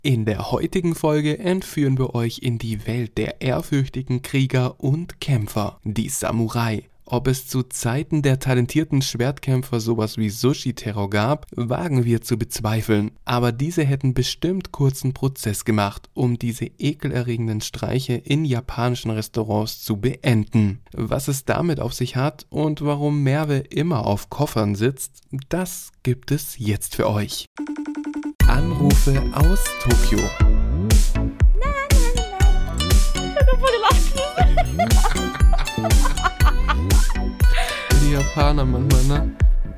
In der heutigen Folge entführen wir euch in die Welt der ehrfürchtigen Krieger und Kämpfer, die Samurai. Ob es zu Zeiten der talentierten Schwertkämpfer sowas wie Sushi-Terror gab, wagen wir zu bezweifeln. Aber diese hätten bestimmt kurzen Prozess gemacht, um diese ekelerregenden Streiche in japanischen Restaurants zu beenden. Was es damit auf sich hat und warum Merve immer auf Koffern sitzt, das gibt es jetzt für euch. Anrufe aus Tokio. Die Japaner manchmal, ne?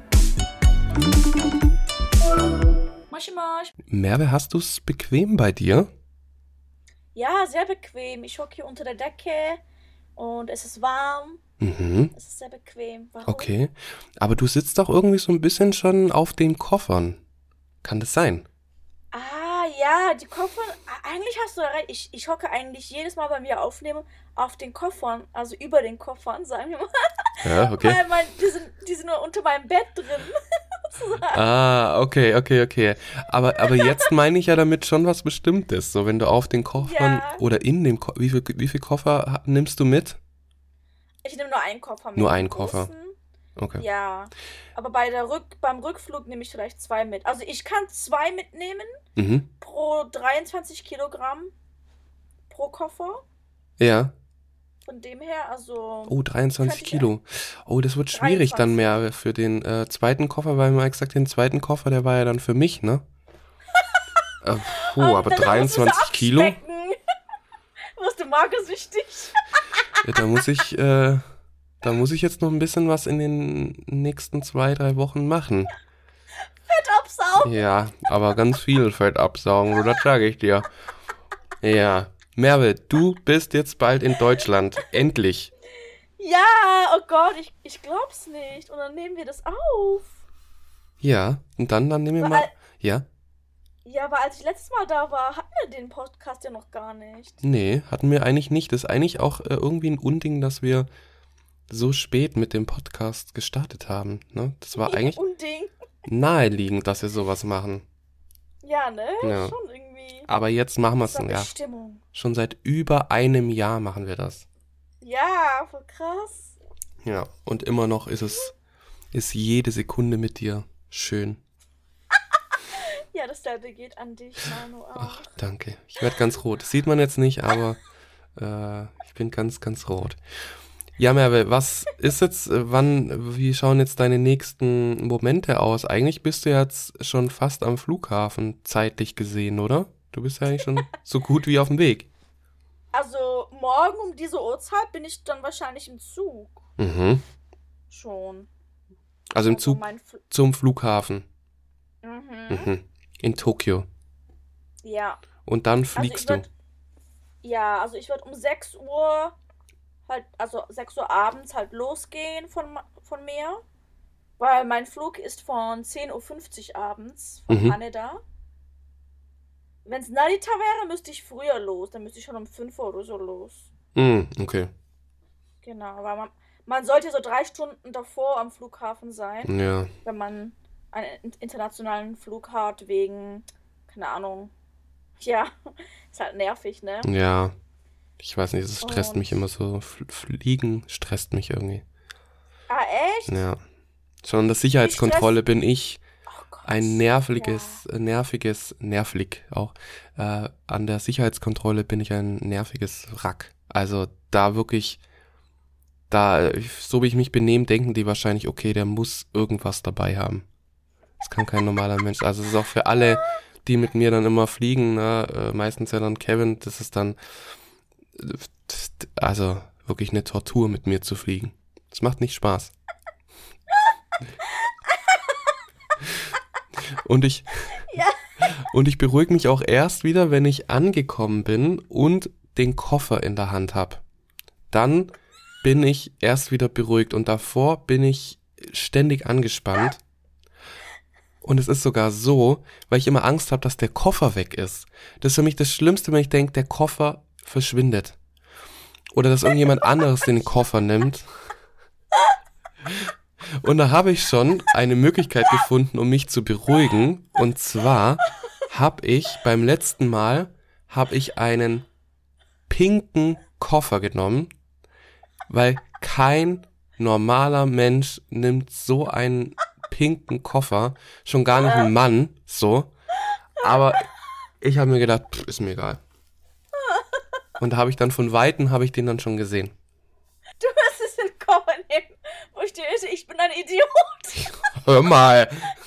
Moshi Moshi. Merve, hast du's bequem bei dir? Ja, sehr bequem. Ich hocke hier unter der Decke und es ist warm. Es ist sehr bequem. Warum? Okay. Aber du sitzt doch irgendwie so ein bisschen schon auf den Koffern. Kann das sein? Ah, ja, die Koffer. Eigentlich hast du da recht. Ich hocke eigentlich jedes Mal, wenn wir aufnehmen, auf den Koffern. Also über den Koffern, sagen wir mal. Ja, okay. Weil die sind nur unter meinem Bett drin. Sozusagen. Ah, okay. Aber jetzt meine ich ja damit schon was Bestimmtes. So, wenn du auf den Koffern oder in dem Koffer, wie viel Koffer nimmst du mit? Ich nehme nur einen Koffer mit. Nur einen Koffer. Großen. Okay. Ja, aber beim Rückflug nehme ich vielleicht 2 mit. Also ich kann 2 mitnehmen pro 23 Kilogramm pro Koffer. Ja. Von dem her, also... Oh, 23 Kilo. Oh, das wird schwierig 23. dann mehr für den zweiten Koffer, weil man gesagt, den zweiten Koffer, der war ja dann für mich, ne? Aber dann 23 Kilo? Wirst du magersüchtig? Ja, da muss ich jetzt noch ein bisschen was in den nächsten 2-3 Wochen machen. Fett absaugen? Ja, aber ganz viel Fett absaugen, so das sage ich dir. Ja, Merve, du bist jetzt bald in Deutschland. Endlich. Ja, oh Gott, ich glaub's nicht. Und dann nehmen wir das auf. Ja, und dann nehmen wir mal... Ja? Ja, aber als ich letztes Mal da war, hatten wir den Podcast ja noch gar nicht. Nee, hatten wir eigentlich nicht. Das ist eigentlich auch irgendwie ein Unding, dass wir so spät mit dem Podcast gestartet haben. Ne? Das war eigentlich Unding. naheliegend, dass wir sowas machen. Ja, ne? Ja. Schon irgendwie. Aber jetzt machen wir es Das ja. war Bestimmung. Schon seit über einem Jahr machen wir das. Ja, voll krass. Ja, und immer noch ist jede Sekunde mit dir schön. Ja, dasselbe geht an dich, Manu, auch. Ach, danke. Ich werde ganz rot. Das sieht man jetzt nicht, aber ich bin ganz, ganz rot. Ja, Merve, was ist jetzt, wie schauen jetzt deine nächsten Momente aus? Eigentlich bist du jetzt schon fast am Flughafen, zeitlich gesehen, oder? Du bist ja eigentlich schon so gut wie auf dem Weg. Also, morgen um diese Uhrzeit bin ich dann wahrscheinlich im Zug. Schon. Also im Zug zum Flughafen. In Tokio. Ja. Und dann fliegst du. Ja, also ich werde um 6 Uhr halt, also 6 Uhr abends halt losgehen von mir. Weil mein Flug ist von 10:50 Uhr abends von Haneda. Wenn es Narita wäre, müsste ich früher los. Dann müsste ich schon um 5 Uhr oder so los. Okay. Genau, weil man sollte so 3 Stunden davor am Flughafen sein. Ja. Wenn man einen internationalen Flug hat wegen, keine Ahnung. Ja, ist halt nervig, ne? Ja. Ich weiß nicht, es stresst mich immer so. Fliegen stresst mich irgendwie. Ah, echt? Ja. Schon an der Sicherheitskontrolle bin ich ein nervig auch. An der Sicherheitskontrolle bin ich ein nerviges Wrack. Also da wirklich, so wie ich mich benehme, denken die wahrscheinlich, okay, der muss irgendwas dabei haben. Das kann kein normaler Mensch. Also es ist auch für alle, die mit mir dann immer fliegen, ne, meistens ja dann Kevin, das ist dann, also wirklich eine Tortur mit mir zu fliegen. Das macht nicht Spaß. Und ich beruhige mich auch erst wieder, wenn ich angekommen bin und den Koffer in der Hand habe. Dann bin ich erst wieder beruhigt und davor bin ich ständig angespannt. Und es ist sogar so, weil ich immer Angst habe, dass der Koffer weg ist. Das ist für mich das Schlimmste, wenn ich denke, der Koffer verschwindet. Oder dass irgendjemand anderes den Koffer nimmt. Und da habe ich schon eine Möglichkeit gefunden, um mich zu beruhigen. Und zwar beim letzten Mal, einen pinken Koffer genommen, weil kein normaler Mensch nimmt so einen pinken Koffer, schon gar nicht ein Mann, so. Aber ich habe mir gedacht, ist mir egal. Und da habe ich dann von Weitem, den dann schon gesehen. Du wirst es in den Koffer nehmen, wo steht, ich bin ein Idiot. Hör mal.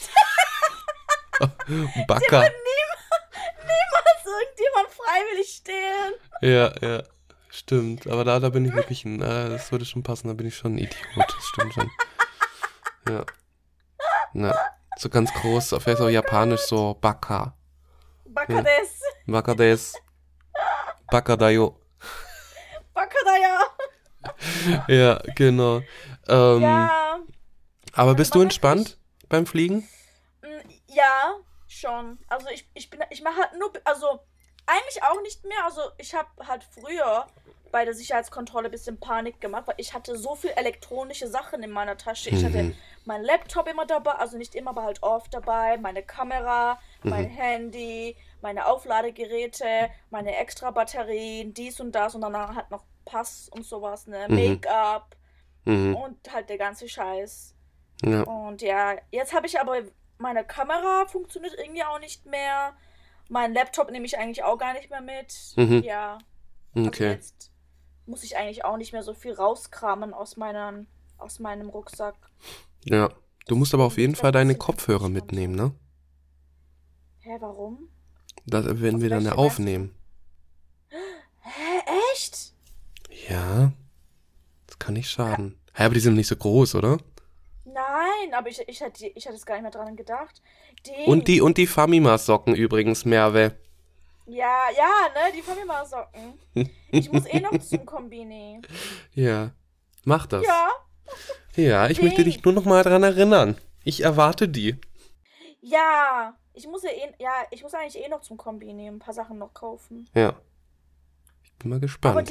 Backer. Sie wird niemals irgendjemand freiwillig stehlen. Ja, stimmt. Aber da bin ich wirklich das würde schon passen, da bin ich schon ein Idiot, das stimmt schon. Ja. Na, so ganz groß, vielleicht auch japanisch, so Baka. Baka des. Baka des. Baka da yo. Baka da ja. Ja, genau. Ja. Aber bist du entspannt beim Fliegen? Ja, schon. Also ich mache halt nur, also eigentlich auch nicht mehr. Also ich habe halt früher bei der Sicherheitskontrolle ein bisschen Panik gemacht, weil ich hatte so viel elektronische Sachen in meiner Tasche. Ich hatte meinen Laptop immer dabei, also nicht immer, aber halt oft dabei, meine Kamera, mein Handy, meine Aufladegeräte, meine extra Batterien, dies und das und danach halt noch Pass und sowas, ne, Make-up und halt der ganze Scheiß. Ja. Und ja, jetzt habe ich aber, meine Kamera funktioniert irgendwie auch nicht mehr. Mein Laptop nehme ich eigentlich auch gar nicht mehr mit. Ja. Also Okay. jetzt muss ich eigentlich auch nicht mehr so viel rauskramen aus meinem Rucksack. Ja. Du musst aber auf jeden Ich Fall glaub, deine das sind Kopfhörer wirklich mitnehmen, ne? Hä, warum? Wenn wir dann welche aufnehmen. Hä, echt? Ja. Das kann nicht schaden. Hä, aber die sind nicht so groß, oder? Nein, aber ich hatte es gar nicht mehr dran gedacht. Und die Famima-Socken übrigens, Merve. Ja, ne, die von mir mal Socken. Ich muss noch zum Kombini. Ja. Mach das. Ja. Ja, ich möchte dich nur noch mal dran erinnern. Ich erwarte die. Ja, ich muss eigentlich noch zum Kombini ein paar Sachen noch kaufen. Ja. Ich bin mal Aber gespannt.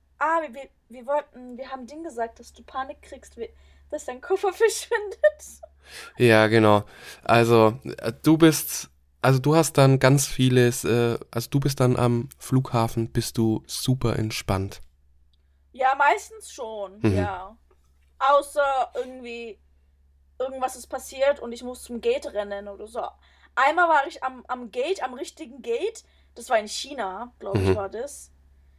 wir haben gesagt, dass du Panik kriegst, dass dein Koffer verschwindet. Ja, genau. Also, du hast dann ganz vieles, du bist dann am Flughafen, bist du super entspannt. Ja, meistens schon, ja. Außer irgendwie irgendwas ist passiert und ich muss zum Gate rennen oder so. Einmal war ich am Gate, am richtigen Gate. Das war in China, glaube ich, war das.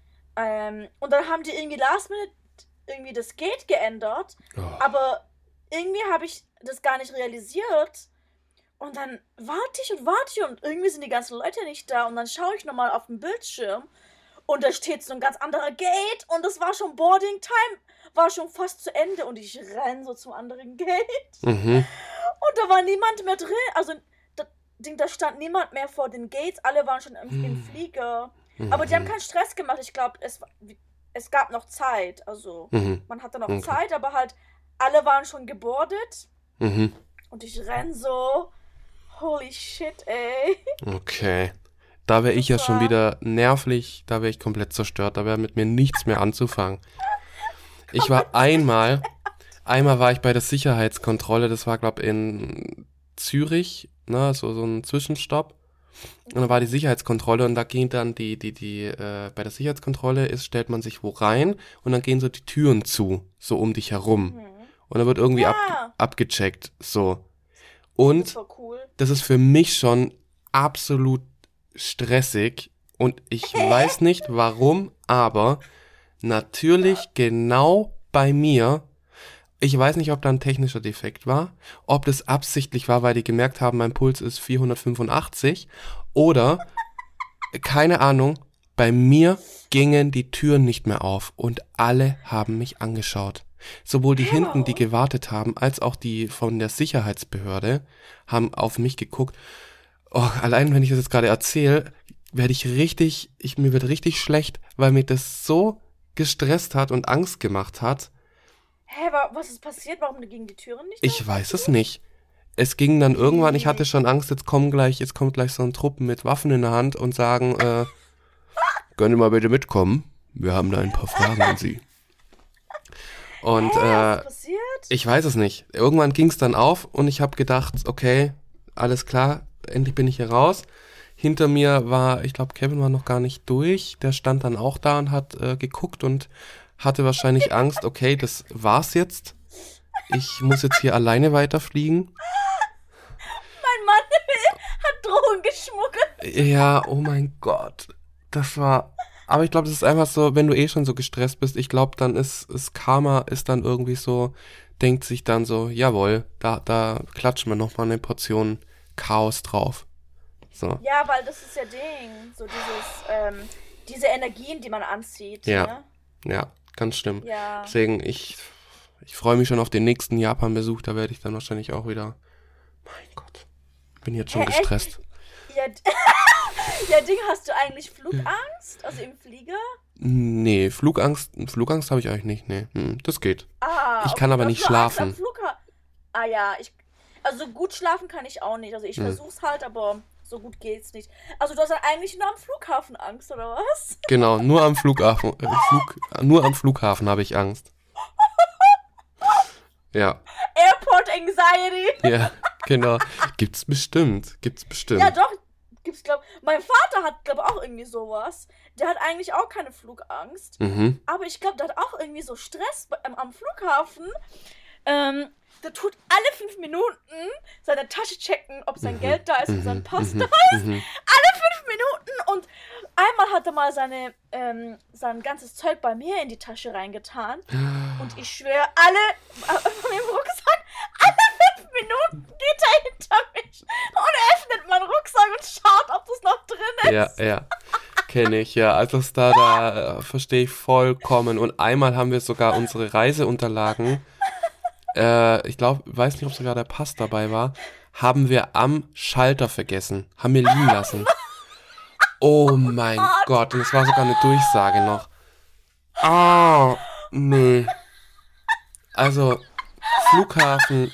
Und dann haben die irgendwie last minute irgendwie das Gate geändert. Oh. Aber irgendwie habe ich das gar nicht realisiert. Und dann warte ich und irgendwie sind die ganzen Leute nicht da. Und dann schaue ich nochmal auf den Bildschirm und da steht so ein ganz anderer Gate und das war schon Boarding Time, war schon fast zu Ende und ich renne so zum anderen Gate. Und da war niemand mehr drin. Also da stand niemand mehr vor den Gates. Alle waren schon im Flieger. Aber die haben keinen Stress gemacht. Ich glaube, es gab noch Zeit. Also man hatte noch Zeit, aber halt alle waren schon geboardet. Und ich renn so. Holy shit, ey. Okay. Da wäre ich ja schon wieder nervlich, da wäre ich komplett zerstört, da wäre mit mir nichts mehr anzufangen. Ich war einmal war ich bei der Sicherheitskontrolle, das war glaube in Zürich, ne, so ein Zwischenstopp. Und dann war die Sicherheitskontrolle und da gehen dann bei der Sicherheitskontrolle stellt man sich wo rein und dann gehen so die Türen zu, so um dich herum. Und dann wird irgendwie abgecheckt, so. Und Das war cool. das ist für mich schon absolut stressig und ich weiß nicht warum, aber natürlich genau bei mir, ich weiß nicht, ob da ein technischer Defekt war, ob das absichtlich war, weil die gemerkt haben, mein Puls ist 485 oder, keine Ahnung, bei mir gingen die Türen nicht mehr auf und alle haben mich angeschaut. Sowohl die hinten, die gewartet haben, als auch die von der Sicherheitsbehörde haben auf mich geguckt. Oh, allein wenn ich das jetzt gerade erzähle, mir wird richtig schlecht, weil mir das so gestresst hat und Angst gemacht hat. Hä, was ist passiert? Warum gingen die Türen nicht auf? Ich weiß es nicht. Es ging dann irgendwann, ich hatte schon Angst, jetzt kommt gleich so ein Trupp mit Waffen in der Hand und sagen, können Sie mal bitte mitkommen? Wir haben da ein paar Fragen an Sie. Und Was ist passiert? ich weiß es nicht. Irgendwann ging es dann auf und ich habe gedacht, okay, alles klar, endlich bin ich hier raus. Hinter mir war, ich glaube, Kevin war noch gar nicht durch. Der stand dann auch da und hat geguckt und hatte wahrscheinlich Angst, okay, das war's jetzt. Ich muss jetzt hier alleine weiterfliegen. Mein Mann hat Drogen geschmuggelt. Ja, oh mein Gott. Das war. Aber ich glaube, das ist einfach so, wenn du eh schon so gestresst bist, ich glaube, dann ist Karma ist dann irgendwie so, denkt sich dann so, jawohl, da klatschen wir nochmal eine Portion Chaos drauf. So. Ja, weil das ist ja Ding. So diese Energien, die man anzieht. Ja. Ne? Ja, ganz schlimm. Ja. Deswegen, ich freue mich schon auf den nächsten Japan-Besuch, da werde ich dann wahrscheinlich auch wieder. Mein Gott. Bin jetzt schon gestresst. Ja, ja, Ding, hast du eigentlich Flugangst? Also im Flieger? Nee, Flugangst habe ich eigentlich nicht, nee. Das geht. Ich kann aber nicht schlafen. Ja, also gut schlafen kann ich auch nicht. Also ich versuch's halt, aber so gut geht's nicht. Also du hast dann eigentlich nur am Flughafen Angst, oder was? Genau, nur am Flughafen, nur am Flughafen habe ich Angst. Ja. Airport Anxiety. Ja, genau. Gibt's bestimmt. Ja, doch. Gibt's, mein Vater hat, auch irgendwie sowas. Der hat eigentlich auch keine Flugangst. Mhm. Aber ich glaube, der hat auch irgendwie so Stress am Flughafen. Der tut alle 5 Minuten seine Tasche checken, ob sein Geld da ist und sein Pass da ist. Alle 5 Minuten. Und einmal hat er mal sein ganzes Zeug bei mir in die Tasche reingetan. Und ich schwöre, von dem Rucksack, alle 5 Minuten geht er hinter mich und öffnet meinen Rucksack und schaut, ob das noch drin ist. Ja. Kenne ich, ja. Also da verstehe ich vollkommen. Und einmal haben wir sogar unsere Reiseunterlagen, ich glaube, weiß nicht, ob sogar der Pass dabei war, haben wir am Schalter vergessen. Haben wir liegen lassen. Oh mein Gott. Und es war sogar eine Durchsage noch. Oh, nee. Also, Flughafen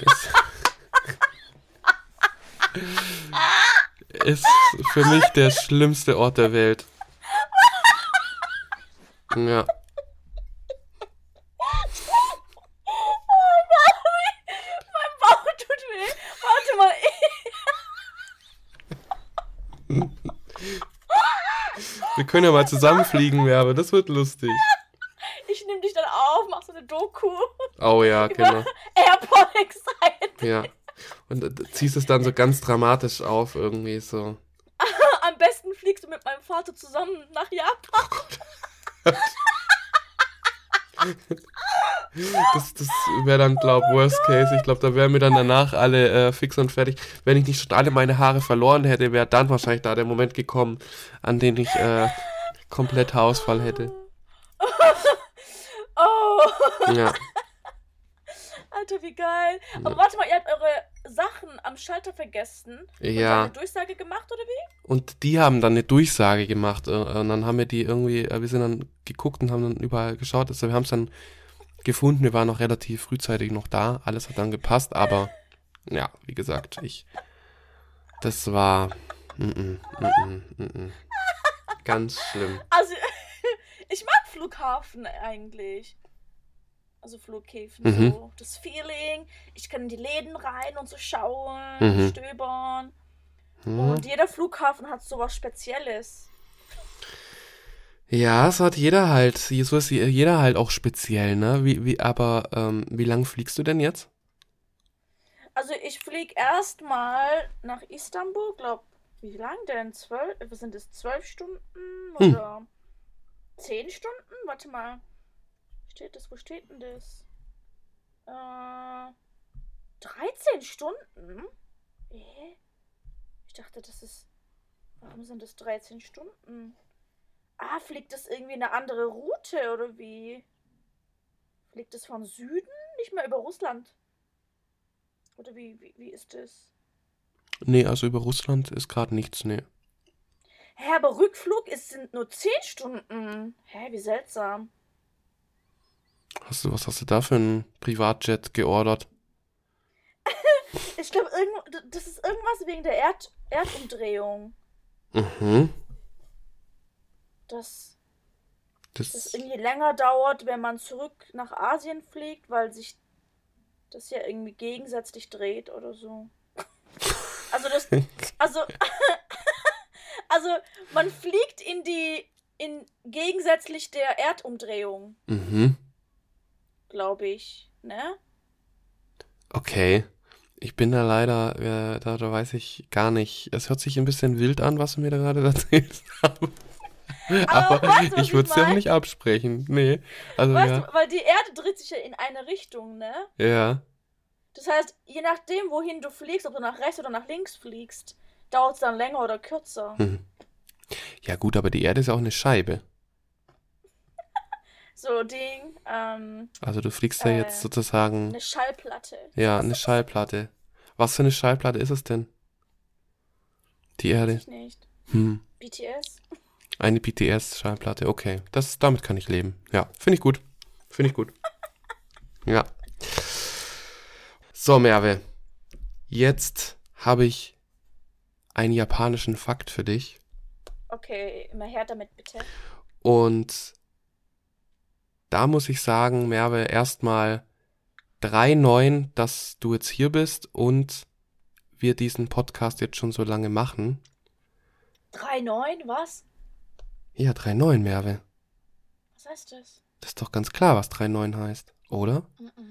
ist für mich der schlimmste Ort der Welt. Ja. Mein Bauch tut weh. Warte mal. Wir können ja mal zusammenfliegen, aber das wird lustig. Ich nehme dich dann auf, mach so eine Doku. Oh ja, genau. Airport Anxiety. Ja. Und ziehst es dann so ganz dramatisch auf, irgendwie so. Am besten fliegst du mit meinem Vater zusammen nach Japan. Oh Gott. Das wäre dann, glaube ich, Worst Case. Ich glaube, da wären wir dann danach alle fix und fertig. Wenn ich nicht schon alle meine Haare verloren hätte, wäre dann wahrscheinlich da der Moment gekommen, an dem ich komplett Haarausfall hätte. Oh. Ja. Alter, wie geil. Aber warte mal, ihr habt eure Sachen am Schalter vergessen. Ja. Und eine Durchsage gemacht, oder wie? Und die haben dann eine Durchsage gemacht. Und dann haben wir die irgendwie, wir sind dann geguckt und haben dann überall geschaut. Also wir haben es dann gefunden. Wir waren noch relativ frühzeitig noch da. Alles hat dann gepasst. Aber ja, wie gesagt, das war ganz schlimm. Also, ich mag Flughafen eigentlich. Also Flughäfen, so. Das Feeling. Ich kann in die Läden rein und so schauen, stöbern. Und jeder Flughafen hat sowas Spezielles. Ja, so hat jeder halt. So ist jeder halt auch speziell, ne? Aber wie lang fliegst du denn jetzt? Also ich fliege erstmal nach Istanbul, wie lang denn? 12? Was sind das? 12 Stunden oder 10 Stunden? Warte mal. Wo steht denn das? 13 Stunden? Ich dachte, warum sind das 13 Stunden? Fliegt das irgendwie eine andere Route oder wie? Fliegt das von Süden? Nicht mehr über Russland? Oder wie ist das? Nee, also über Russland ist gerade nichts, nee. Hä, aber Rückflug sind nur 10 Stunden. Hä, wie seltsam. Was hast du da für einen Privatjet geordert? Ich glaube, das ist irgendwas wegen der Erdumdrehung. Dass das irgendwie länger dauert, wenn man zurück nach Asien fliegt, weil sich das ja irgendwie gegensätzlich dreht oder so. Also Also, man fliegt in gegensätzlich der Erdumdrehung, glaube ich, ne? Okay. Ich bin da leider, da weiß ich gar nicht. Es hört sich ein bisschen wild an, was du mir da gerade erzählt hast. Aber Aber weißt du, was ich ich würde es dir auch meine? nicht absprechen. Nee. Also Weißt du, ja. weil die Erde dreht sich ja in eine Richtung, ne? Ja. Das heißt, je nachdem, wohin du fliegst, ob du nach rechts oder nach links fliegst, dauert es dann länger oder kürzer. Hm. Ja gut, aber die Erde ist auch eine Scheibe. So Ding, Also du fliegst ja jetzt sozusagen, eine Schallplatte. ja, Was eine ist das? Schallplatte. Was für eine Schallplatte ist es denn? Die Weiß Erde. ich nicht. Hm. BTS? Eine BTS-Schallplatte, okay. Damit kann ich leben. Ja, finde ich gut. Finde ich gut. Ja. So, Merve. Jetzt habe ich einen japanischen Fakt für dich. Okay, immer her damit bitte. Und da muss ich sagen, Merve, erstmal 3-9, dass du jetzt hier bist und wir diesen Podcast jetzt schon so lange machen. 3,9, was? Ja, 3-9, Merve. Was heißt das? Das ist doch ganz klar, was 3-9 heißt, oder?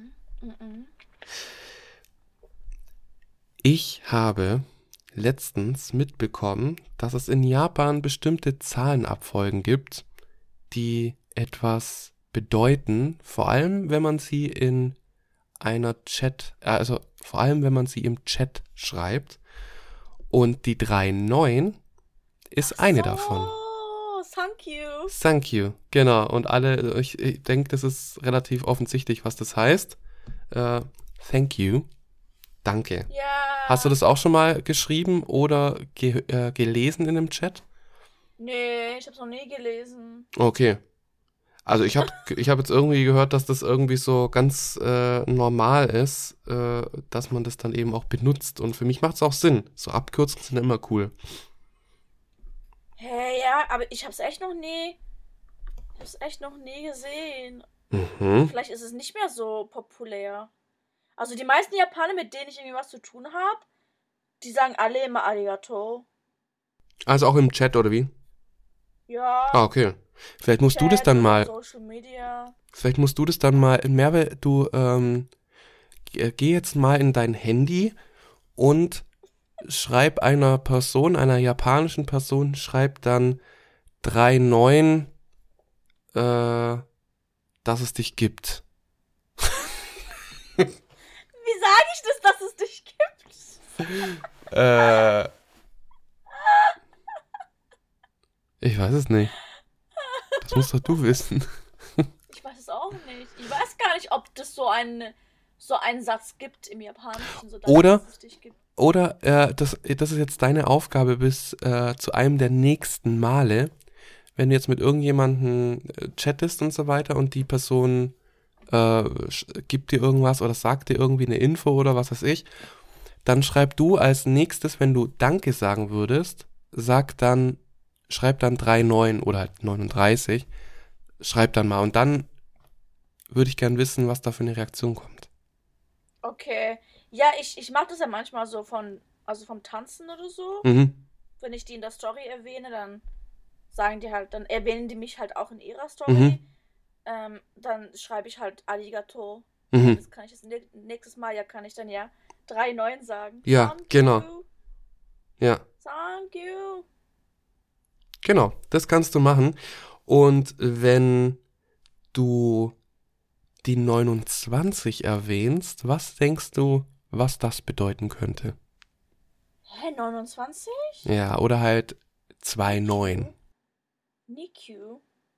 Ich habe letztens mitbekommen, dass es in Japan bestimmte Zahlenabfolgen gibt, die etwas bedeuten, vor allem wenn man sie in vor allem wenn man sie im Chat schreibt. Und die 3-9 ist eine davon. Thank you. Thank you, genau. Und ich denke, das ist relativ offensichtlich, was das heißt. Thank you. Danke. Ja. Hast du das auch schon mal geschrieben oder gelesen in dem Chat? Nee, ich hab's noch nie gelesen. Okay. Also ich hab jetzt irgendwie gehört, dass das irgendwie so ganz normal ist, dass man das dann eben auch benutzt. Und für mich macht es auch Sinn. So Abkürzungen sind immer cool. Hey, ja, aber ich hab's echt noch nie gesehen. Mhm. Vielleicht ist es nicht mehr so populär. Also die meisten Japaner, mit denen ich irgendwie was zu tun habe, die sagen alle immer Arigato. Also auch im Chat, oder wie? Ja. Ah, okay. Vielleicht musst du das dann mal. Social Media. Vielleicht musst du das dann mal. Merve, du geh jetzt mal in dein Handy und schreib einer japanischen Person, schreib dann 3-9, dass es dich gibt. Wie sage ich das, dass es dich gibt? Ich weiß es nicht. Das musst doch du wissen. Ich weiß es auch nicht. Ich weiß gar nicht, ob das so einen Satz gibt im Japanischen, so dass es dich gibt. Oder das ist jetzt deine Aufgabe bis zu einem der nächsten Male, wenn du jetzt mit irgendjemandem chattest und so weiter und die Person gibt dir irgendwas oder sagt dir irgendwie eine Info oder was weiß ich, dann schreib du als nächstes, wenn du Danke sagen würdest, schreib dann 3,9 oder halt 39, schreib dann mal und dann würde ich gern wissen, was da für eine Reaktion kommt. Okay. Ja, ich mache das ja manchmal so vom Tanzen oder so. Mhm. Wenn ich die in der Story erwähne, dann dann erwähnen die mich halt auch in ihrer Story. Dann schreibe ich halt Arigato. Mhm. Das kann ich nächstes Mal, kann ich dann 3,9 sagen. Ja, Thank genau. you. Ja. Thank you. Genau, das kannst du machen. Und wenn du die 29 erwähnst, was denkst du, was das bedeuten könnte? Hä, 29? Ja, oder halt 2,9. Niku.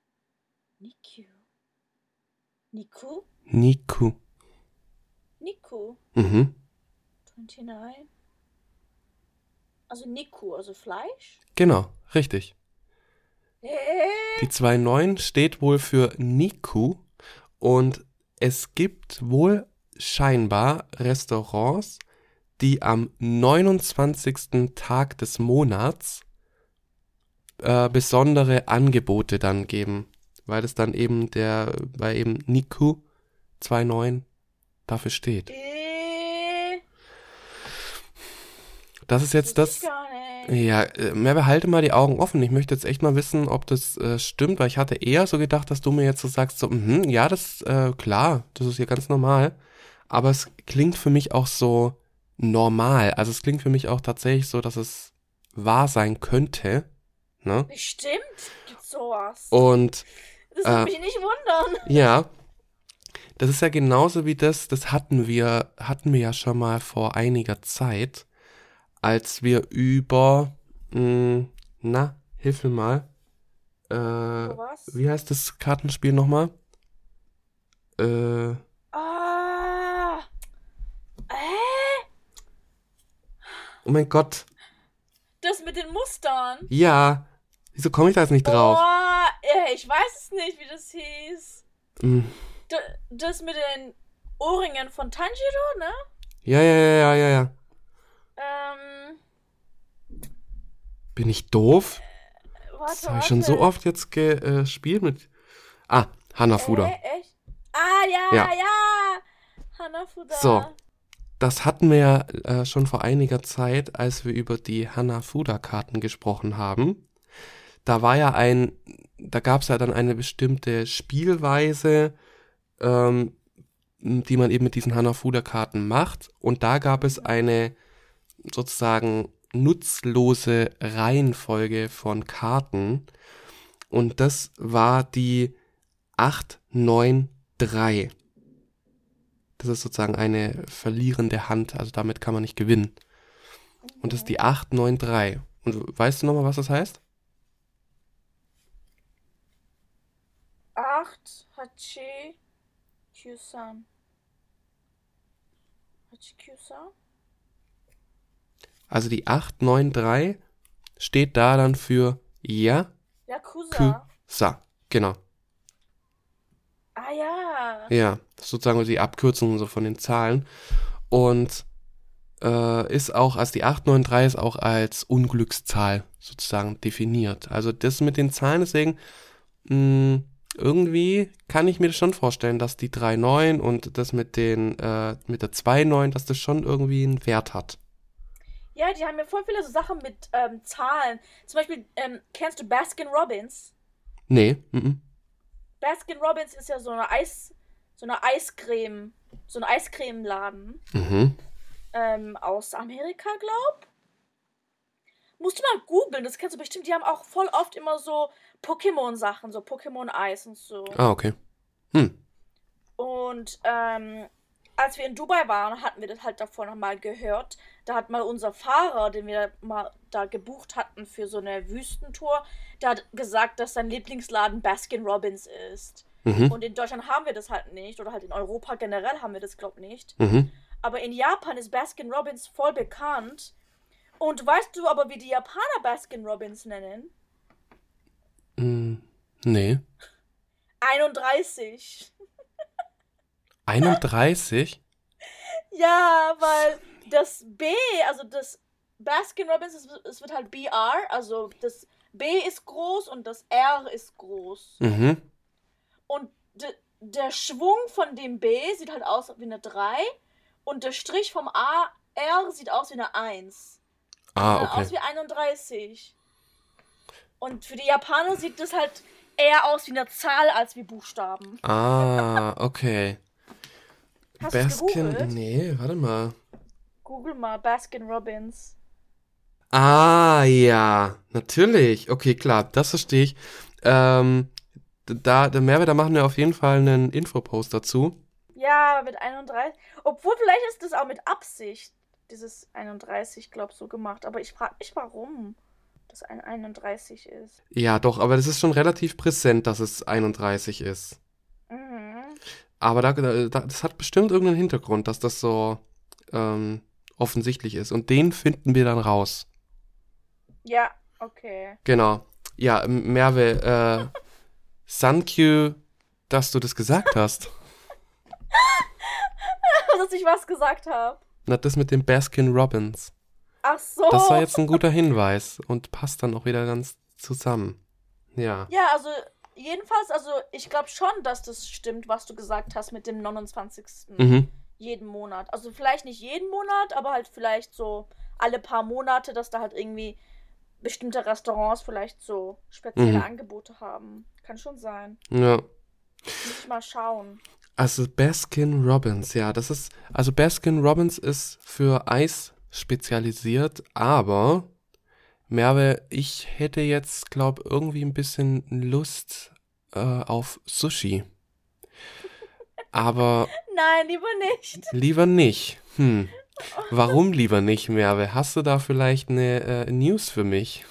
Niku? Niku. Niku. Mhm. 29. Also Niku, also Fleisch? Genau, richtig. Die 2,9 steht wohl für Niku und es gibt wohl scheinbar Restaurants, die am 29. Tag des Monats besondere Angebote dann geben, weil es dann eben weil eben Niku 2,9 dafür steht. Das ist jetzt Das ist gar nicht. nein. Ja, mehr behalte mal die Augen offen. Ich möchte jetzt echt mal wissen, ob das stimmt, weil ich hatte eher so gedacht, dass du mir jetzt so sagst, so, ja, das klar, das ist ja ganz normal. Aber es klingt für mich auch so normal. Also es klingt für mich auch tatsächlich so, dass es wahr sein könnte. Ne? Bestimmt gibt's sowas. Und Das würde mich nicht wundern. ja, das ist ja genauso wie das hatten wir ja schon mal vor einiger Zeit, als wir über, hilf mir mal, Was? wie heißt das Kartenspiel nochmal? Äh, Ah. oh mein Gott, Das mit den Mustern. ja, wieso komme ich da jetzt nicht drauf? Ich weiß es nicht, wie das hieß. Hm, Das mit den Ohrringen von Tanjiro, ne? ja. Ähm, Bin ich doof? Das warte, habe ich schon so warte. oft jetzt gespielt mit. Ah, Hanafuda. Echt? Ah, Ja. ja. Hanafuda. So. Das hatten wir ja schon vor einiger Zeit, als wir über die Hanafuda-Karten gesprochen haben. Da gab es ja dann eine bestimmte Spielweise, die man eben mit diesen Hanafuda-Karten macht. Und da gab es eine sozusagen nutzlose Reihenfolge von Karten. Und das war die 893. Das ist sozusagen eine verlierende Hand, also damit kann man nicht gewinnen. Und das ist die 893. Und weißt du nochmal, was das heißt? 8 Hachi Kyusan. Hachi Kyusan? Also die 893 steht da dann für Yakuza. Yakuza. Genau. Ah ja. Ja, das ist sozusagen die Abkürzung so von den Zahlen. Und ist auch, also die 893 ist auch als Unglückszahl sozusagen definiert. Also das mit den Zahlen, deswegen irgendwie kann ich mir das schon vorstellen, dass die 39 und das mit der 29, dass das schon irgendwie einen Wert hat. Ja, die haben ja voll viele so Sachen mit Zahlen. Zum Beispiel, kennst du Baskin Robbins? Nee, Baskin Robbins ist ja so eine Eiscreme, so ein Eiscremeladen aus Amerika, glaub. Musst du mal googeln, das kennst du bestimmt. Die haben auch voll oft immer so Pokémon-Sachen, so Pokémon-Eis und so. Ah, okay. Und als wir in Dubai waren, hatten wir das halt davor nochmal gehört. Da hat mal unser Fahrer, den wir mal da gebucht hatten für so eine Wüstentour, der hat gesagt, dass sein Lieblingsladen Baskin Robbins ist. Und in Deutschland haben wir das halt nicht. Oder halt in Europa generell haben wir das, glaub nicht. Aber in Japan ist Baskin Robbins voll bekannt. Und weißt du aber, wie die Japaner Baskin Robbins nennen? Nee. 31. 31? Ja, weil das B, also das Baskin Robbins, es wird halt BR, also das B ist groß und das R ist groß. Und der Schwung von dem B sieht halt aus wie eine 3 und der Strich vom R sieht aus wie eine 1. Ah, Sieht okay. aus wie 31. Und für die Japaner sieht das halt eher aus wie eine Zahl als wie Buchstaben. Ah, okay. Hast du Baskin, gegoogelt? nee, warte mal. Google mal Baskin Robbins. Ah, ja, natürlich. Okay, klar, das verstehe ich. Der Mehrwert, da machen wir auf jeden Fall einen Infopost dazu. Ja, mit 31. Obwohl, vielleicht ist das auch mit Absicht, dieses 31, glaub so gemacht. Aber ich frage mich, warum das ein 31 ist. Ja, doch, aber das ist schon relativ präsent, dass es 31 ist. Aber das hat bestimmt irgendeinen Hintergrund, dass das so offensichtlich ist. Und den finden wir dann raus. Ja, okay. Genau. Ja, Merve, thank you, dass du das gesagt hast. Dass ich was gesagt habe. Na, das mit dem Baskin Robbins. Ach so. Das war jetzt ein guter Hinweis und passt dann auch wieder ganz zusammen. Ja. Ja, also jedenfalls, also ich glaube schon, dass das stimmt, was du gesagt hast mit dem 29. Jeden Monat. Also vielleicht nicht jeden Monat, aber halt vielleicht so alle paar Monate, dass da halt irgendwie bestimmte Restaurants vielleicht so spezielle Angebote haben. Kann schon sein. Ja. Muss ich mal schauen. Also Baskin Robbins, ja, also Baskin Robbins ist für Eis spezialisiert, aber Merve, ich hätte jetzt, glaube irgendwie ein bisschen Lust auf Sushi. Aber Nein, lieber nicht. lieber nicht. Warum lieber nicht, Merve? Hast du da vielleicht eine News für mich?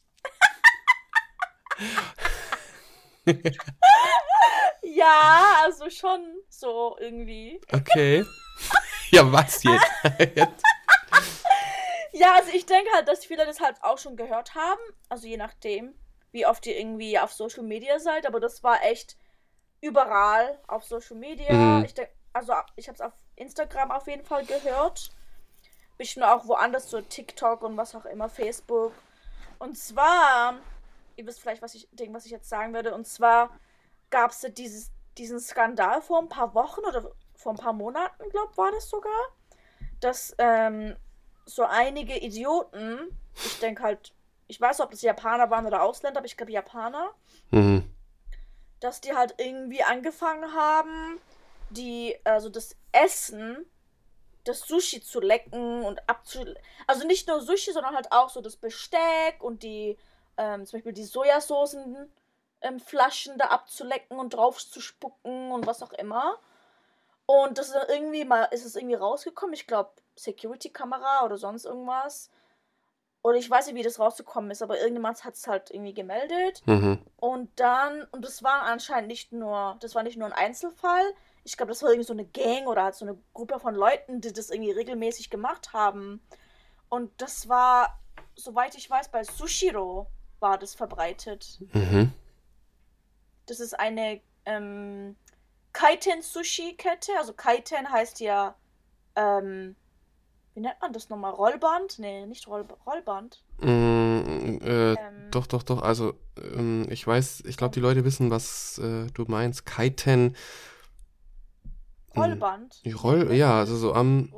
Ja, also schon so irgendwie. Okay. Ja, was jetzt? Ja, also ich denke halt, dass viele das halt auch schon gehört haben. Also je nachdem, wie oft ihr irgendwie auf Social Media seid. Aber das war echt überall auf Social Media. Mhm. Ich denke, also ich habe es auf Instagram auf jeden Fall gehört. Bestimmt auch woanders, so TikTok und was auch immer, Facebook. Und zwar, ihr wisst vielleicht, was ich jetzt sagen werde. Und zwar gab es ja diesen Skandal vor ein paar Wochen oder vor ein paar Monaten, glaube war das sogar, dass so einige Idioten, ich denke halt, ich weiß nicht, ob das Japaner waren oder Ausländer, aber ich glaube Japaner, Mhm. dass die halt irgendwie angefangen haben, also das Essen, das Sushi zu lecken und also nicht nur Sushi, sondern halt auch so das Besteck und zum Beispiel die Sojasoßen Flaschen da abzulecken und drauf zu spucken und was auch immer. Und ist es irgendwie rausgekommen, ich glaube Security-Kamera oder sonst irgendwas. Oder ich weiß nicht, wie das rausgekommen ist, aber irgendjemand hat es halt irgendwie gemeldet. Mhm. Und das war anscheinend das war nicht nur ein Einzelfall. Ich glaube, das war irgendwie so eine Gang oder halt so eine Gruppe von Leuten, die das irgendwie regelmäßig gemacht haben. Und das war, soweit ich weiß, bei Sushiro war das verbreitet. Mhm. Das ist eine Kaiten-Sushi-Kette. Also Kaiten heißt ja, wie nennt man das nochmal? Rollband? Nee, nicht Rollband. Doch, doch, doch. Also, ich weiß, ich glaube, die Leute wissen, was du meinst. Kaiten. Rollband. Ja, also so am.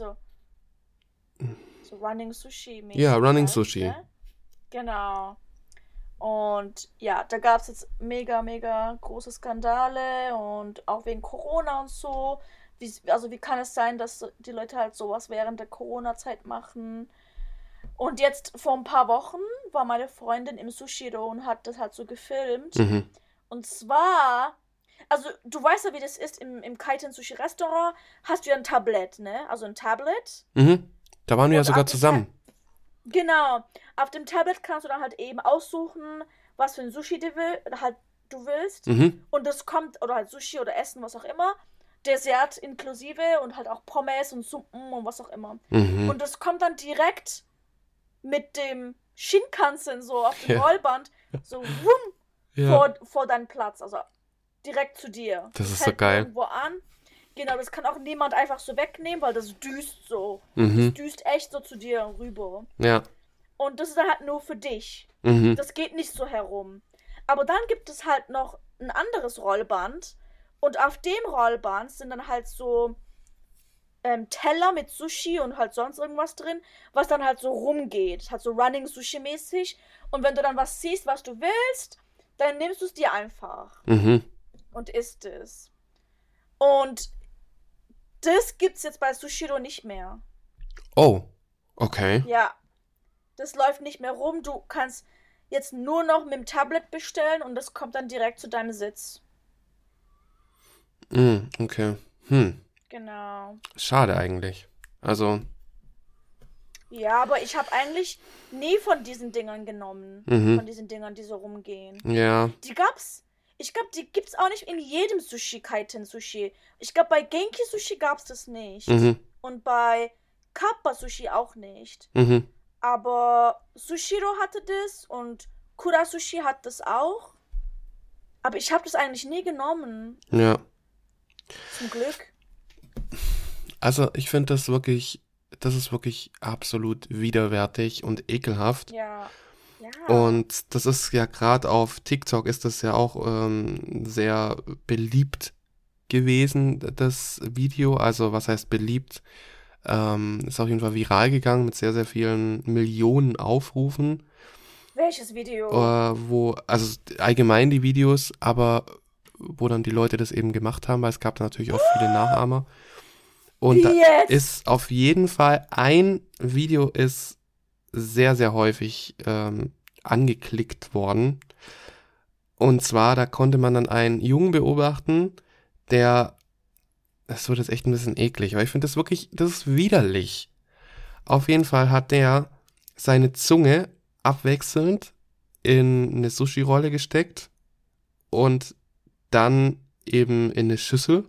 So Running Sushi-mäßig. Ja, Running halt, Sushi. ne? Genau. Und ja, da gab es jetzt mega, mega große Skandale und auch wegen Corona und so. Also wie kann es sein, dass die Leute halt sowas während der Corona-Zeit machen? Und jetzt vor ein paar Wochen war meine Freundin im Sushiro und hat das halt so gefilmt. Mhm. Und zwar, also du weißt ja, wie das ist, im Kaiten Sushi Restaurant hast du ja ein Tablett, ne? Also ein Tablet. Mhm. Da waren wir ja Und sogar zusammen. Genau. Auf dem Tablet kannst du dann halt eben aussuchen, was für ein Sushi du willst. Mhm. Und das kommt, oder halt Sushi oder Essen, was auch immer. Dessert inklusive und halt auch Pommes und Suppen und was auch immer. Mhm. Und das kommt dann direkt mit dem Shinkansen so auf dem Ja. Rollband so wumm, Ja. vor deinen Platz. Also direkt zu dir. Das ist so hält geil. irgendwo an. Genau, das kann auch niemand einfach so wegnehmen, weil das düst so. Mhm. Das düst echt so zu dir rüber. Ja. Und das ist dann halt nur für dich. Mhm. Das geht nicht so herum. Aber dann gibt es halt noch ein anderes Rollband. Und auf dem Rollband sind dann halt so Teller mit Sushi und halt sonst irgendwas drin, was dann halt so rumgeht. Halt so Running Sushi-mäßig. Und wenn du dann was siehst, was du willst, dann nimmst du es dir einfach Mhm. und isst es. Und das gibt's jetzt bei Sushiro nicht mehr. Oh. Okay. Ja, das läuft nicht mehr rum. Du kannst jetzt nur noch mit dem Tablet bestellen und das kommt dann direkt zu deinem Sitz. Okay. Genau. Schade eigentlich. Also. Ja, aber ich habe eigentlich nie von diesen Dingern genommen. Mhm. Von diesen Dingern, die so rumgehen. Ja. Ich glaube, die gibt's auch nicht in jedem Sushi, Kaiten Sushi. Ich glaube, bei Genki Sushi gab's das nicht. Mhm. Und bei Kappa Sushi auch nicht. Mhm. Aber Sushiro hatte das und Kura Sushi hat das auch. Aber ich habe das eigentlich nie genommen. Ja. Zum Glück. Also ich finde das ist wirklich absolut widerwärtig und ekelhaft. Ja. Ja. Und das ist ja gerade auf TikTok ist das ja auch sehr beliebt gewesen, das Video. Also was heißt beliebt? Ist auf jeden Fall viral gegangen mit sehr, sehr vielen Millionen Aufrufen. Welches Video? Also allgemein die Videos, aber wo dann die Leute das eben gemacht haben, weil es gab da natürlich auch viele Nachahmer. Und da Wie jetzt? ist auf jeden Fall ein Video ist sehr, sehr häufig angeklickt worden. Und zwar, da konnte man dann einen Jungen beobachten, das wird jetzt echt ein bisschen eklig, aber ich finde das ist widerlich. Auf jeden Fall hat der seine Zunge abwechselnd in eine Sushi-Rolle gesteckt und dann eben in eine Schüssel